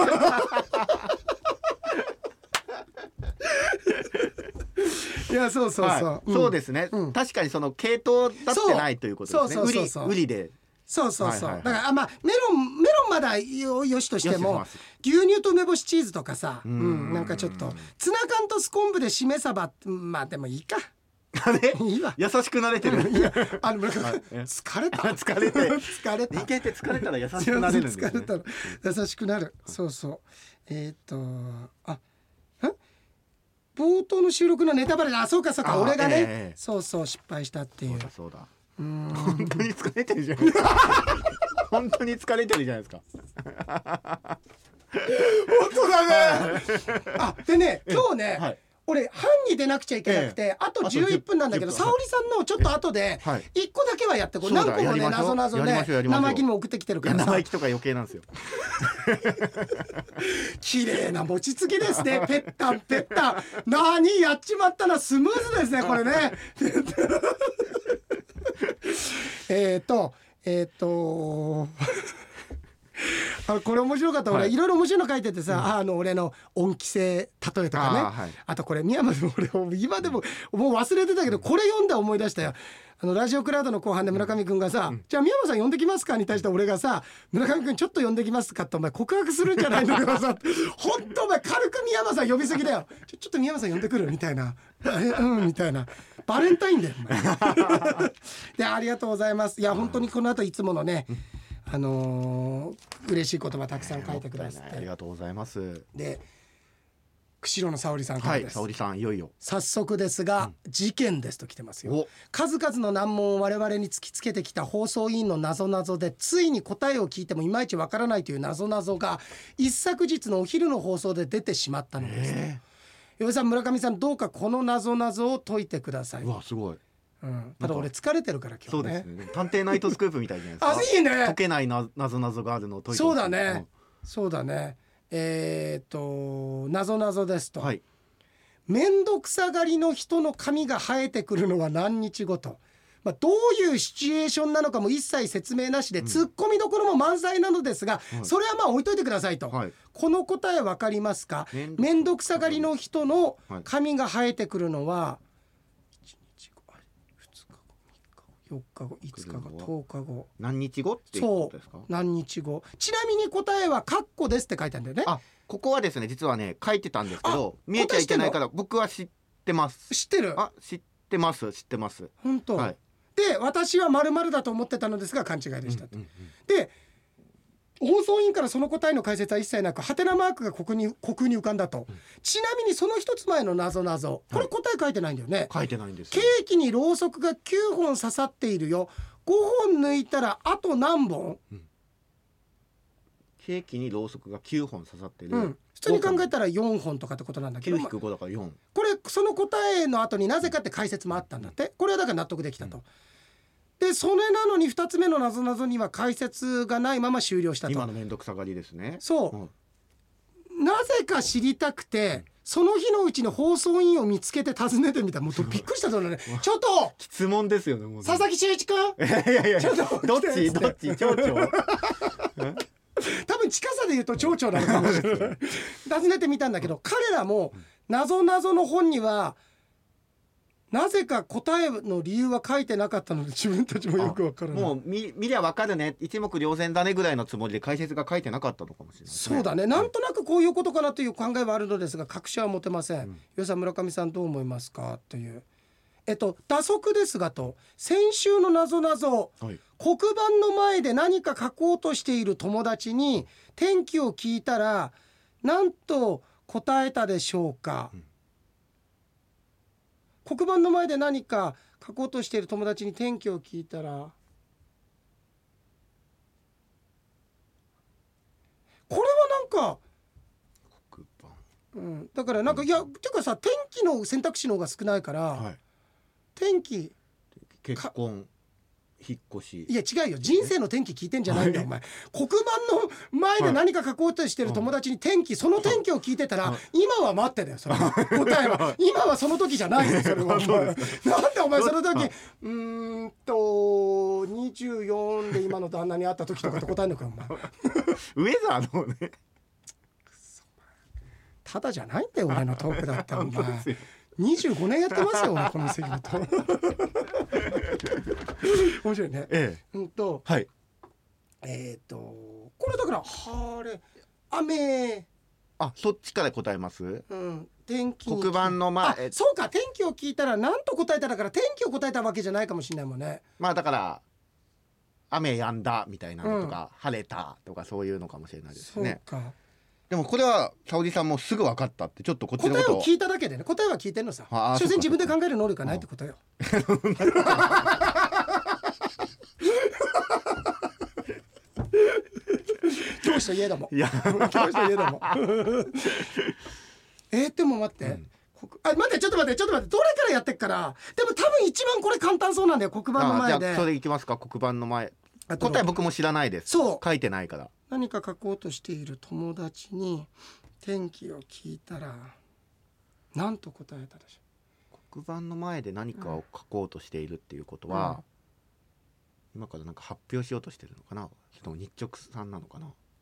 いやそうそうそう、 はいうん、そうですね、うん、確かにその系統だってないということですね。 そうそうそうそう売り売りでそうそうそう、はいはいはい、だからあまあメロンメロンまだ よ, よしとしても牛乳と梅干しチーズとかさうん、なんかちょっとツナ缶とスコンブでしめ鯖まあでもいいかあれいいわ優しくなれてる。いやあの疲れた疲れて疲れた人間って疲れたら優しくなれるんですね。 疲れたら優しくなるそうそうえっ、ー、とあ冒頭の収録のネタバレあそうかそうか俺がね、えー、そうそう失敗したっていう。 そうだそうだうーん本当に疲れてるじゃん本当に疲れてるじゃないですか本当だねあでね今日ね、はい俺班に出なくちゃいけなくて、ええ、あとじゅういっぷんなんだけど沙織さんのちょっと後でいっこだけはやってこう、はい、何個もねなぞなぞね生意気にも送ってきてるからさ生意気とか余計なんですよ綺麗な餅つきですねペッタンペッタン何やっちまったなスムーズですねこれねえっとえっとあこれ面白かった、 はい、 俺いろいろ面白いの書いててさ、うん、あの俺の音気性例えとかね あ,、はい、あとこれ宮山でも俺今でももう忘れてたけど、これ読んで思い出したよ。あのラジオクラウドの後半で村上くんがさ、うん、じゃあ宮山さん呼んできますかに対して俺がさ、村上くんちょっと呼んできますかってお前告白するんじゃないんだけどさほんとお前軽く宮山さん呼びすぎだよ。ちょちょっと宮山さん呼んでくるみたいなえうんみたいなバレンタインだよお前でありがとうございます。いや本当にこの後いつものねあのー、嬉しい言葉たくさん書いてくださって、ね、 ありがとうございます。で釧路の沙織さんからです。 はい、沙織さんいよいよ早速ですが、うん、事件ですと来てますよ。数々の難問を我々に突きつけてきた放送委員の謎々でついに答えを聞いてもいまいちわからないという謎々が一昨日のお昼の放送で出てしまったのです。岩井さん村上さんどうかこの謎々を解いてください。 うわすごい、 うん、ただ俺疲れてるから今日ね。 そうですね。探偵ナイトスクープみたいじゃないですか。 あいいね。 解けないな謎々があるのを解いて。 そうだね、うん、そうだね。えー、っと謎々ですと、はい、めんどくさがりの人の髪が生えてくるのは何日後と、まあ、どういうシチュエーションなのかも一切説明なしで、うん、ツッコミどころも満載なのですが、はい、それはまあ置いといてくださいと、はい、この答え分かりますか。めんどくさがりの人の髪が生えてくるのは、よっかごいつかごとおかご何日後っていうことですか。 そう何日後。ちなみに答えはカッコですって書いてあるんだよね。 あここはですね実はね書いてたんですけど見えちゃいけないから僕は知ってます。 知ってる。 あ知ってます知ってます本当、はい、で私は〇〇だと思ってたのですが勘違いでしたと、うんうんうん、で放送委員からその答えの解説は一切なくハテナマークがここに虚空に浮かんだと、うん、ちなみにその一つ前の謎謎これ答え書いてないんだよね、はい、 書いてないんです。 ケーキにろうそくがきゅうほん刺さっているよごほん抜いたらあと何本、うん、 ケーキにろうそくがきゅうほん刺さってる、うん、 普通に考えたらよんほんとかってことなんだけどきゅうひくご だからよん、 これその答えの後になぜかって解説もあったんだって。これはだから納得できたと、うんでそれなのにふたつめの謎々には解説がないまま終了したと。 今のめんどくさがりですね。 そう、うん、なぜか知りたくてその日のうちに放送委員を見つけて訪ねてみた。もうびっくりしたぞねちょっと質問ですよねもうね。 佐々木修一君いやいやいやちょっとどっちどっち町長多分近さで言うと町長なのかもしれない訪ねてみたんだけど彼らも謎々の本にはなぜか答えの理由は書いてなかったので自分たちもよく分からない。 もう 見, 見りゃ分かるね一目瞭然だねぐらいのつもりで解説が書いてなかったのかもしれない、ね、 そうだね。なんとなくこういうことかなという考えはあるのですが確信は持てません、うん、岩さん村上さんどう思いますかという。えっと打足ですがと先週の謎々、はい、黒板の前で何か書こうとしている友達に天気を聞いたら何と答えたでしょうか、うん黒板の前で何か書こうとしている友達に天気を聞いたらこれはなんか黒板、 うん、だからなんかいやてかさ天気の選択肢の方が少ないから、はい、天気結婚引っ越しいや違うよ人生の天気聞いてんじゃないんだよお前黒板の前で何か書こうとしてる友達に天気その天気を聞いてたら今は待ってだよそれ答えは今はその時じゃないよそれはなんでお前その時うーんとにじゅうよんで今の旦那に会った時とかって答えんのかよお前ウェザーのねただじゃないんだよ俺のトークだったお前にじゅうごねんやってますよ俺このセグメント面白いね、ええ、うんと、はい、えっ、ー、とこれだから晴れ雨あそっちから答えます、 うん、天気黒板の前そうか天気を聞いたら何と答えただから天気を答えたわけじゃないかもしれないもんね。 まあだから雨止んだみたいなのとか、うん、晴れたとかそういうのかもしれないですね。 そうかでもこれは沙織さんもすぐ分かったってちょっとこっちのこと答えを聞いただけでね答えは聞いてんのさ所詮自分で考える能力がないってことよ教師といえども教師といえどもえー、でも待って、うん、あ待ってちょっと待ってちょっと待ってどれからやってっからでも多分一番これ簡単そうなんだよ黒板の前で。 じゃあそれいきますか黒板の前答え僕も知らないです。そう書いてないから何か書こうとしている友達に天気を聞いたら何と答えたでしょう。 黒板の前で何かを書こうとしているっていうことは、うん、今からなんか発表しようとしてるのかなそれとも日直さんなのかな。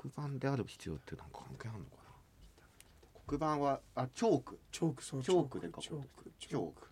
黒板である必要ってなんか関係あるのかな。黒板はあチョークチョークそうチョークで書くチョークチョーク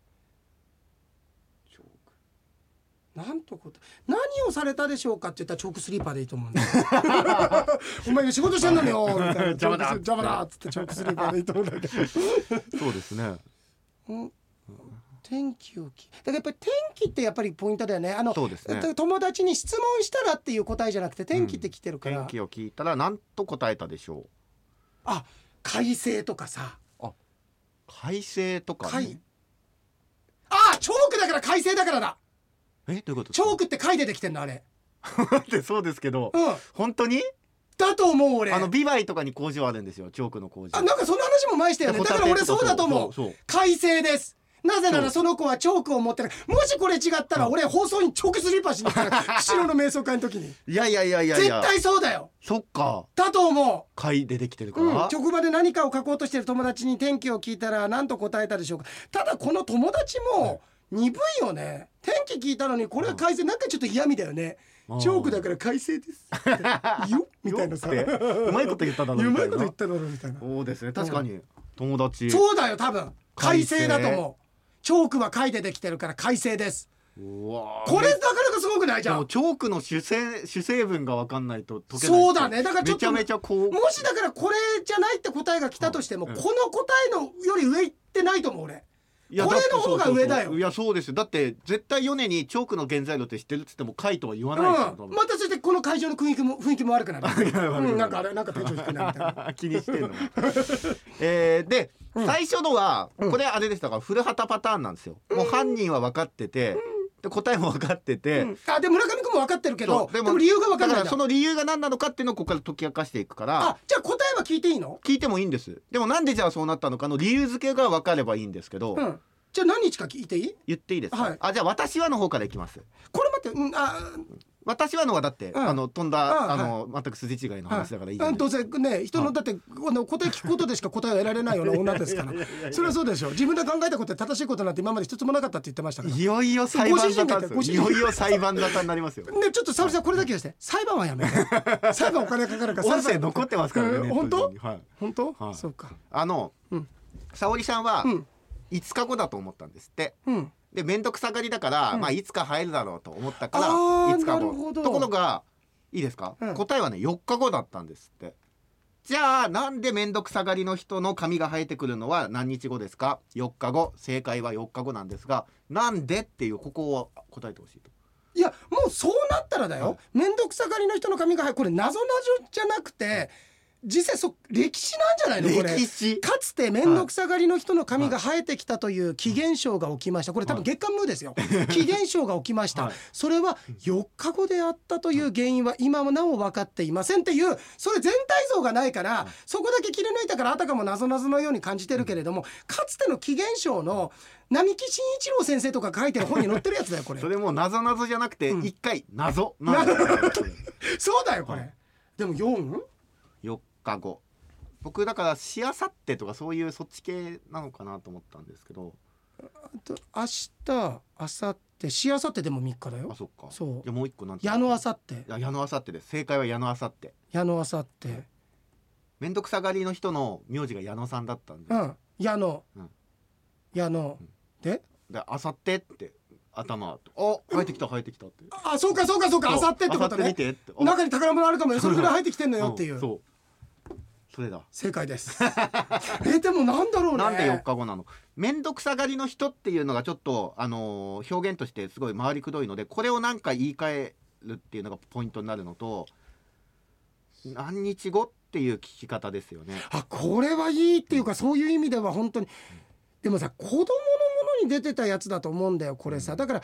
チョークなんとこと何をされたでしょうかって言ったらチョークスリーパーでいいと思うんだよお前仕事してんのによみたいな邪魔だ邪魔だっつってチョークスリーパーでいいと思うんだけどそうですね、 うん天気をきだからやっぱり天気ってやっぱりポイントだよね。あのそうですね、 友達に質問したらっていう答えじゃなくて天気って来てるから、 うん、天気を聞いたら何と答えたでしょう。 あ快晴とかさあ快晴とか、ね、 あチョークだから快晴だからだ。 えどういうことチョークって貝でできてんのあれってそうですけど、 うん、 本当にだと思う俺。 あのビバイとかに工場あるんですよチョークの工場。 あなんかその話も前したよね。だから俺そうだと思う。 そうそう快晴です。なぜならその子はチョークを持ってる。もしこれ違ったら俺放送にチョークスリーパーしに行ったら釧路の瞑想会の時にいやいやいやいやいや絶対そうだよ。 そっかだと思う。 貝でできてるから、 うん、職場で何かを書こうとしてる友達に天気を聞いたら何と答えたでしょうか。ただこの友達も鈍いよね。天気聞いたのにこれは快晴、なんかちょっと嫌味だよね。チョークだから快晴ですよみたいなさうまいこと言っただろうまいこと言っただろみたいな。 そうですね確かに、うん、友達そうだよ多分快晴だと思う。チョークは貝でできてるから快晴です。うわこれなかなかすごくないじゃん。 でもチョークの主成主成分が分かんないと解けない。 そうだね。だからちょっとめちゃめちゃこうもしだからこれじゃないって答えが来たとしても、うん、この答えのより上行ってないと思う俺。いやこれの方が上だよ。 いやそうですよ。だって絶対米にチョークの原材料って知ってるっつっても貝とは言わないですよ、 うん、またそしてこの会場の雰囲気も雰囲気も悪くなるうん、なんかあれなんかテンション低くなるみたいな気にしてんのえー、で、うん、最初のはこれあれでしたから古畑パターンなんですよ、うん、もう犯人は分かってて、うんで答えも分かってて、うん、 あで村上君も分かってるけどでも、でも理由が分かんないんだ。 だからその理由が何なのかっていうのをここから解き明かしていくから。 あじゃあ答えは聞いていいの？ 聞いてもいいんです。でもなんでじゃあそうなったのかの理由付けが分かればいいんですけど、うん、 じゃあ何日か聞いていい？ 言っていいですか、 はい、 あじゃあ私はの方からいきます。 これ待って、うん、あ私はのはだって、うん、あの飛んだ あ, あの、はい、全く筋違いの話だからいいじゃないですか。 どうせね人のだってあの答え聞くことでしか答えを得られないような女ですからそれはそうでしょ。自分で考えたことで正しいことなんて今まで一つもなかったって言ってましたから。 いよいよ裁判沙汰いよいよ裁判沙汰になりますよ。 ねちょっと沙織さんこれだけして裁判はやめて裁判お金かかるから音声残ってますからね。 本当はい本当、 はい、 そうか。 あの、うん、沙織さんは、うんいつかごだと思ったんですって、うん、で面倒くさがりだから、うん、まあいつか入るだろうと思ったからいつかごところがいいですか、うん、答えはねよっかごだったんですって。じゃあなんで面倒くさがりの人の髪が生えてくるのは何日後ですか？よっかご。正解はよっかごなんですがなんでっていうここを答えてほしいと。 いやもうそうなったらだよ、面倒くさがりの人の髪が生えこれ謎々じゃなくて、うん、実際そ歴史なんじゃないのこれ。 歴史かつて面倒くさがりの人の髪が生えてきたという起源象が起きました。これ多分月刊ムーですよ起源象が起きました、はい、それはよっかごであったという原因は今もなお分かっていませんっていうそれ全体像がないからそこだけ切り抜いたからあたかも謎々のように感じてるけれども、かつての起源象の並木慎一郎先生とか書いてる本に載ってるやつだよこれ。 それも謎々じゃなくて一、うん、回謎そうだよこれ、はい、でも よん? よっかご僕だからしあさってとかそういうそっち系なのかなと思ったんですけど、 明日明後日しあさってでもみっかだよ。 あそっか。 そうじゃもう一個なん矢野あさって。 矢野あさってです。正解は矢野あさって矢野あさってめんどくさがりの人の名字が矢野さんだったんで、 うん矢野、うん、矢野、うん、でであさってって頭あ生えてきた生えてきたってあそうかそうかそうかあさってってことね。中に宝物あるかもよそれぐらい生えてきてんのよっていう、 うん、そうそれだ正解ですえでもなんだろうね。 なんでよっかごなの。めんどくさがりの人っていうのがちょっと、あのー、表現としてすごい回りくどいのでこれを何か言い換えるっていうのがポイントになるのと何日後っていう聞き方ですよね。 あこれはいいっていうかそういう意味では本当に、うん、でもさ子供のものに出てたやつだと思うんだよこれさ、うん、だから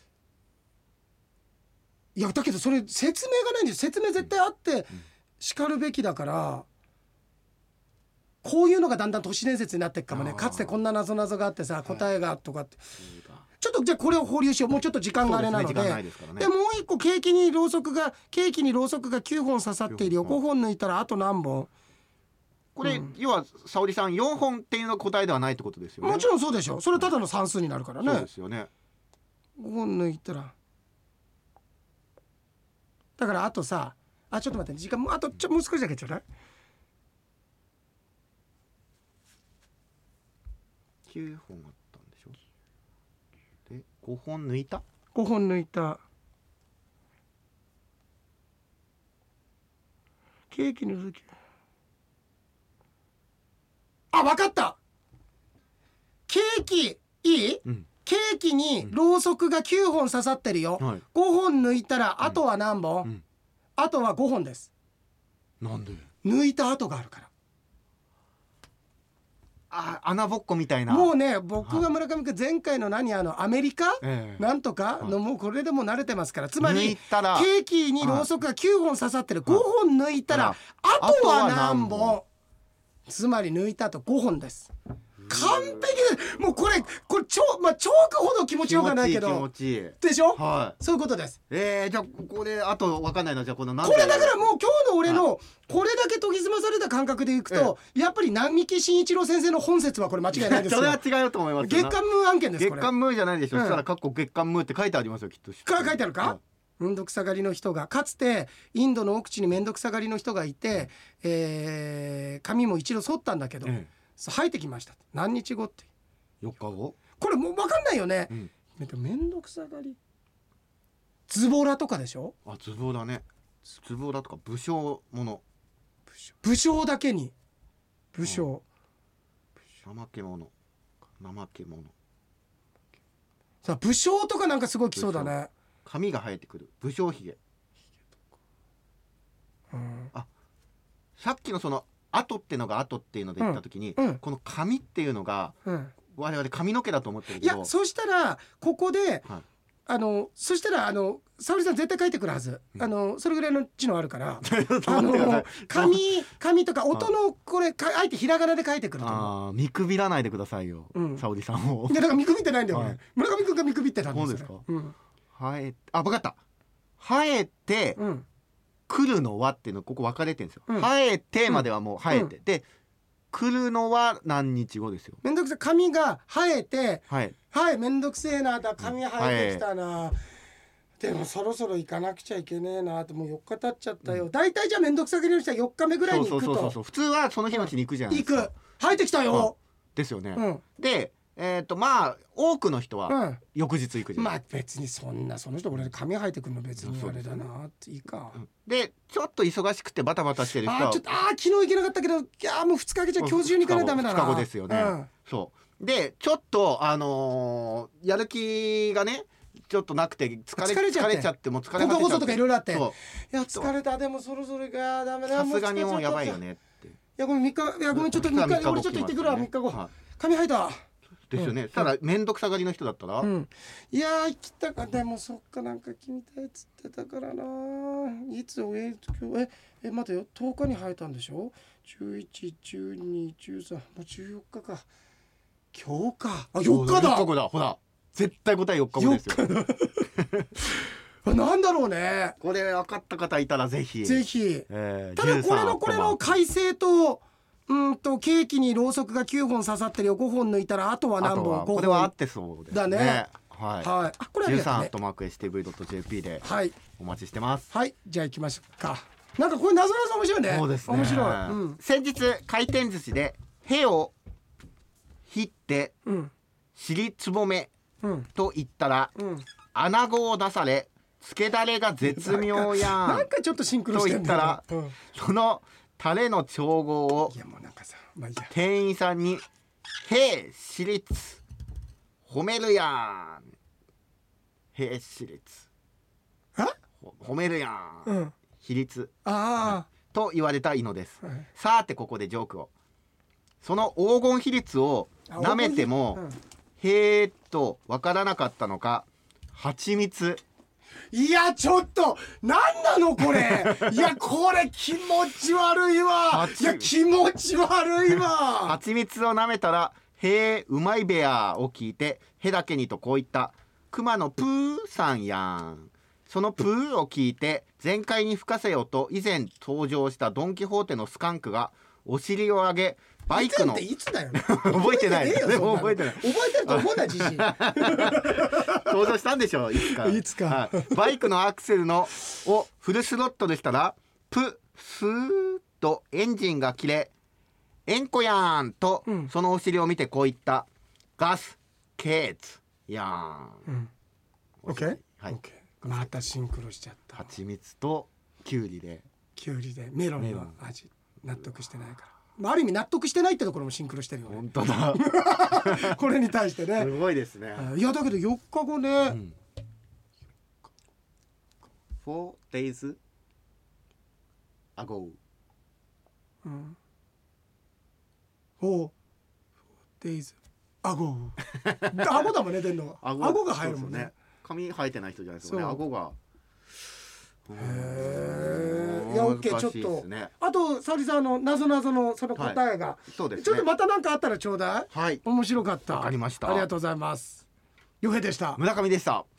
いやだけどそれ説明がないんです。説明絶対あってしかるべきだからこういうのがだんだん都市伝説になっていくかもね。かつてこんな謎々があってさ答えがとかって、はい、ちょっとじゃあこれを放流しよう。もうちょっと時間があれなの で, で, ねでもう一個ケーキにろうそくがケーキにろうそくがきゅうほん刺さっているよ。ごほん抜いたらあと何本これ、うん、要は沙織さんよんほんっていうのが答えではないってことですよね。 もちろんそうでしょ。それただの算数になるからね、 うん、そうですよね。 ごほん抜いたらだからあとさああちょっと待って時間もうあとちょもう少しだけちょうだい。 きゅうほんあったんでしょ。でごほん抜いた。 ごほん抜いた。ケーキの時あ分かった。ケーキいい、うん、ケーキにろうそくがきゅうほん刺さってるよ、うんはい、ごほん抜いたらあとは何本、うんうん、あとはごほんです。 なんで？ 抜いた跡があるから。 あ、穴ぼっこみたいな。 もうね僕が村上君前回の何あのアメリカ、ええ、なんとかのもうこれでも慣れてますから。つまりケーキにろうそくがきゅうほん刺さってる。ごほん抜いたらあとは何本。つまり抜いた後ごほんです。完璧です。もうこれこれチョ、まあ、チョークほど気持ちよくはないけど気持ちいい気持ちいいでしょ、 はい、 そういうことです。 えー、じゃあこれあと分かんないな。じゃあこのこれだからもう今日の俺のこれだけ研ぎ澄まされた感覚でいくと、ええ、やっぱり並木慎一郎先生の本説はこれ間違いないですよ。 それは違うと思います。 月刊ムー案件です。 月刊ムーじゃないでしょ、うん、そしたらかっこ月刊ムーって書いてありますよきっと。 か書いてあるか、うん、めんどくさがりの人がかつてインドの奥地にめんどくさがりの人がいて、えー、髪も一度剃ったんだけど、ええ、生えてきました。何日後ってよっかご。 これもう分かんないよね、うん、めんどくさがりズボラとかでしょ。 あズボラね。ズボラとか武将もの。 武将だけに武将、 うん、怠け者怠け者さあ武将とかなんかすごい来そうだね。 髪が生えてくる武将ひげ、うん、あさっきのその後ってのが後っていうので言った時に、うんうん、この髪っていうのが、うん、我々髪の毛だと思ってるけど、 いやそしたらここで、はい、あのそしたらあの沙織さん絶対書いてくるはず、うん、あのそれぐらいの知能あるからあの紙紙とか音のこれあえてひらがなで書いてくると思う。 あ見くびらないでくださいよ、うん、沙織さんを。いやだから見くびってないんだよ、はい、村上君が見くびってたんですよ。 そうですか、うん、生えあ分かった。生えて、うん、来るのはっていうのここ分かれてるんですよ、うん、生えてまではもう生えて、うん、で来るのは何日後ですよ。 めんどくさい髪が生えてはいはいめんどくせえなだ髪生えてきたな、はい、でもそろそろ行かなくちゃいけねえなってもうよっか経っちゃったよ、うん、だいたいじゃあめんどくさがりの人はよっかめぐらいに行くと。そうそうそうそう普通はその日のうちに行くじゃないですか。 行く生えてきたよ、 うん、ですよね、うん、でえーとまあ多くの人は翌日行くじゃない、 うん、まあ別にそんなその人俺髪生えてくるの別にあれだなっていいか、うん、 でちょっと忙しくてバタバタしてる人はあちょっとあ昨日行けなかったけどいやもうふつかあげちゃ今日中に行かないとダメだな。 ふつかごですよね、うん、そうでちょっとあのー、やる気がねちょっとなくて疲れ、疲れちゃって疲れちゃってもう疲れ果てちゃってこここそとかいろいろあっていや疲れたでもそろそろがダメださすがにもうやばいよねっていやごめんみっかいやごめんちょっとみっか俺ちょっと行ってくるわみっかご、はい、髪生えたですよね、うん、ただ面倒くさがりの人だったら、うん、 いやー来たかでもそっかなんか君たいっつってたからないつえええ待てよとおかに生えたんでしょ。じゅういち、じゅうに、じゅうさんもうじゅうよっかか今日かあよっかだよっかごだほら絶対答えよっかごですよなんだろうねこれ分かった方いたらぜひぜひ、えー、ただこれのこれの改正とうんとケーキにろうそくがきゅうほん刺さってるよごほん抜いたらあとは何本ごほんこれはあってそうですねだねはい、 はい、あこれはじゅうさんアットマーク エスティーブイドットジェーピー でお待ちしてますはい、はい、じゃあ行きましょうか。なんかこれ謎々面白いね。 そうですね面白い、うん、 先日回転寿司でへをひって、うん、尻つぼめ、うん、と言ったら、うん、穴子を出されつけだれが絶妙やんなんかちょっとシンクロしてんだと言ったら、うん、そのタレの調合をいやもうなんかさ、まあいいや店員さんにへ私立褒めるやんへ私立褒めるやん、うん、比率あと言われたいのです、はい、さてここでジョークをその黄金比率を舐めても、うん、へーっとわからなかったのか蜂蜜いやちょっと何なのこれいやこれ気持ち悪いわいや気持ち悪いわ蜂蜜を舐めたらへーうまいべやを聞いてへだけにとこう言った熊のプーさんやん。そのプーを聞いて全開に吹かせようと以前登場したドンキホーテのスカンクがお尻を上げバイクのいつだよ覚えてないでも覚えてない覚えてると思うなじじい登場したんでしょういつかいつか、 はい、バイクのアクセルのをフルスロットルしたらププスーッとエンジンが切れえんこやんと、うん、そのお尻を見てこう言った。ガスケーツやーん、うん、 オッケー、はい、オッケー。またシンクロしちゃった。 蜂蜜とキュウリでキュウリでメロンの味納得してないから、まあ、ある意味納得してないってところもシンクロしてるよね。 本当だこれに対してねすごいですね。 いやだけどよっかごね、うん、 フォー days ago、うん、 フォー days ago 顎だもんね出んのは。顎が入るもん ね, ね髪生えてない人じゃないですかね。顎がへえ。いやオッケー、ちょっとあと沙織さんの謎々のその答えが、はい、そうですね、ちょっとまた何かあったらちょうだい。はい、面白かった。 わかりました。 ありがとうございます。よへいでした。 村上でした。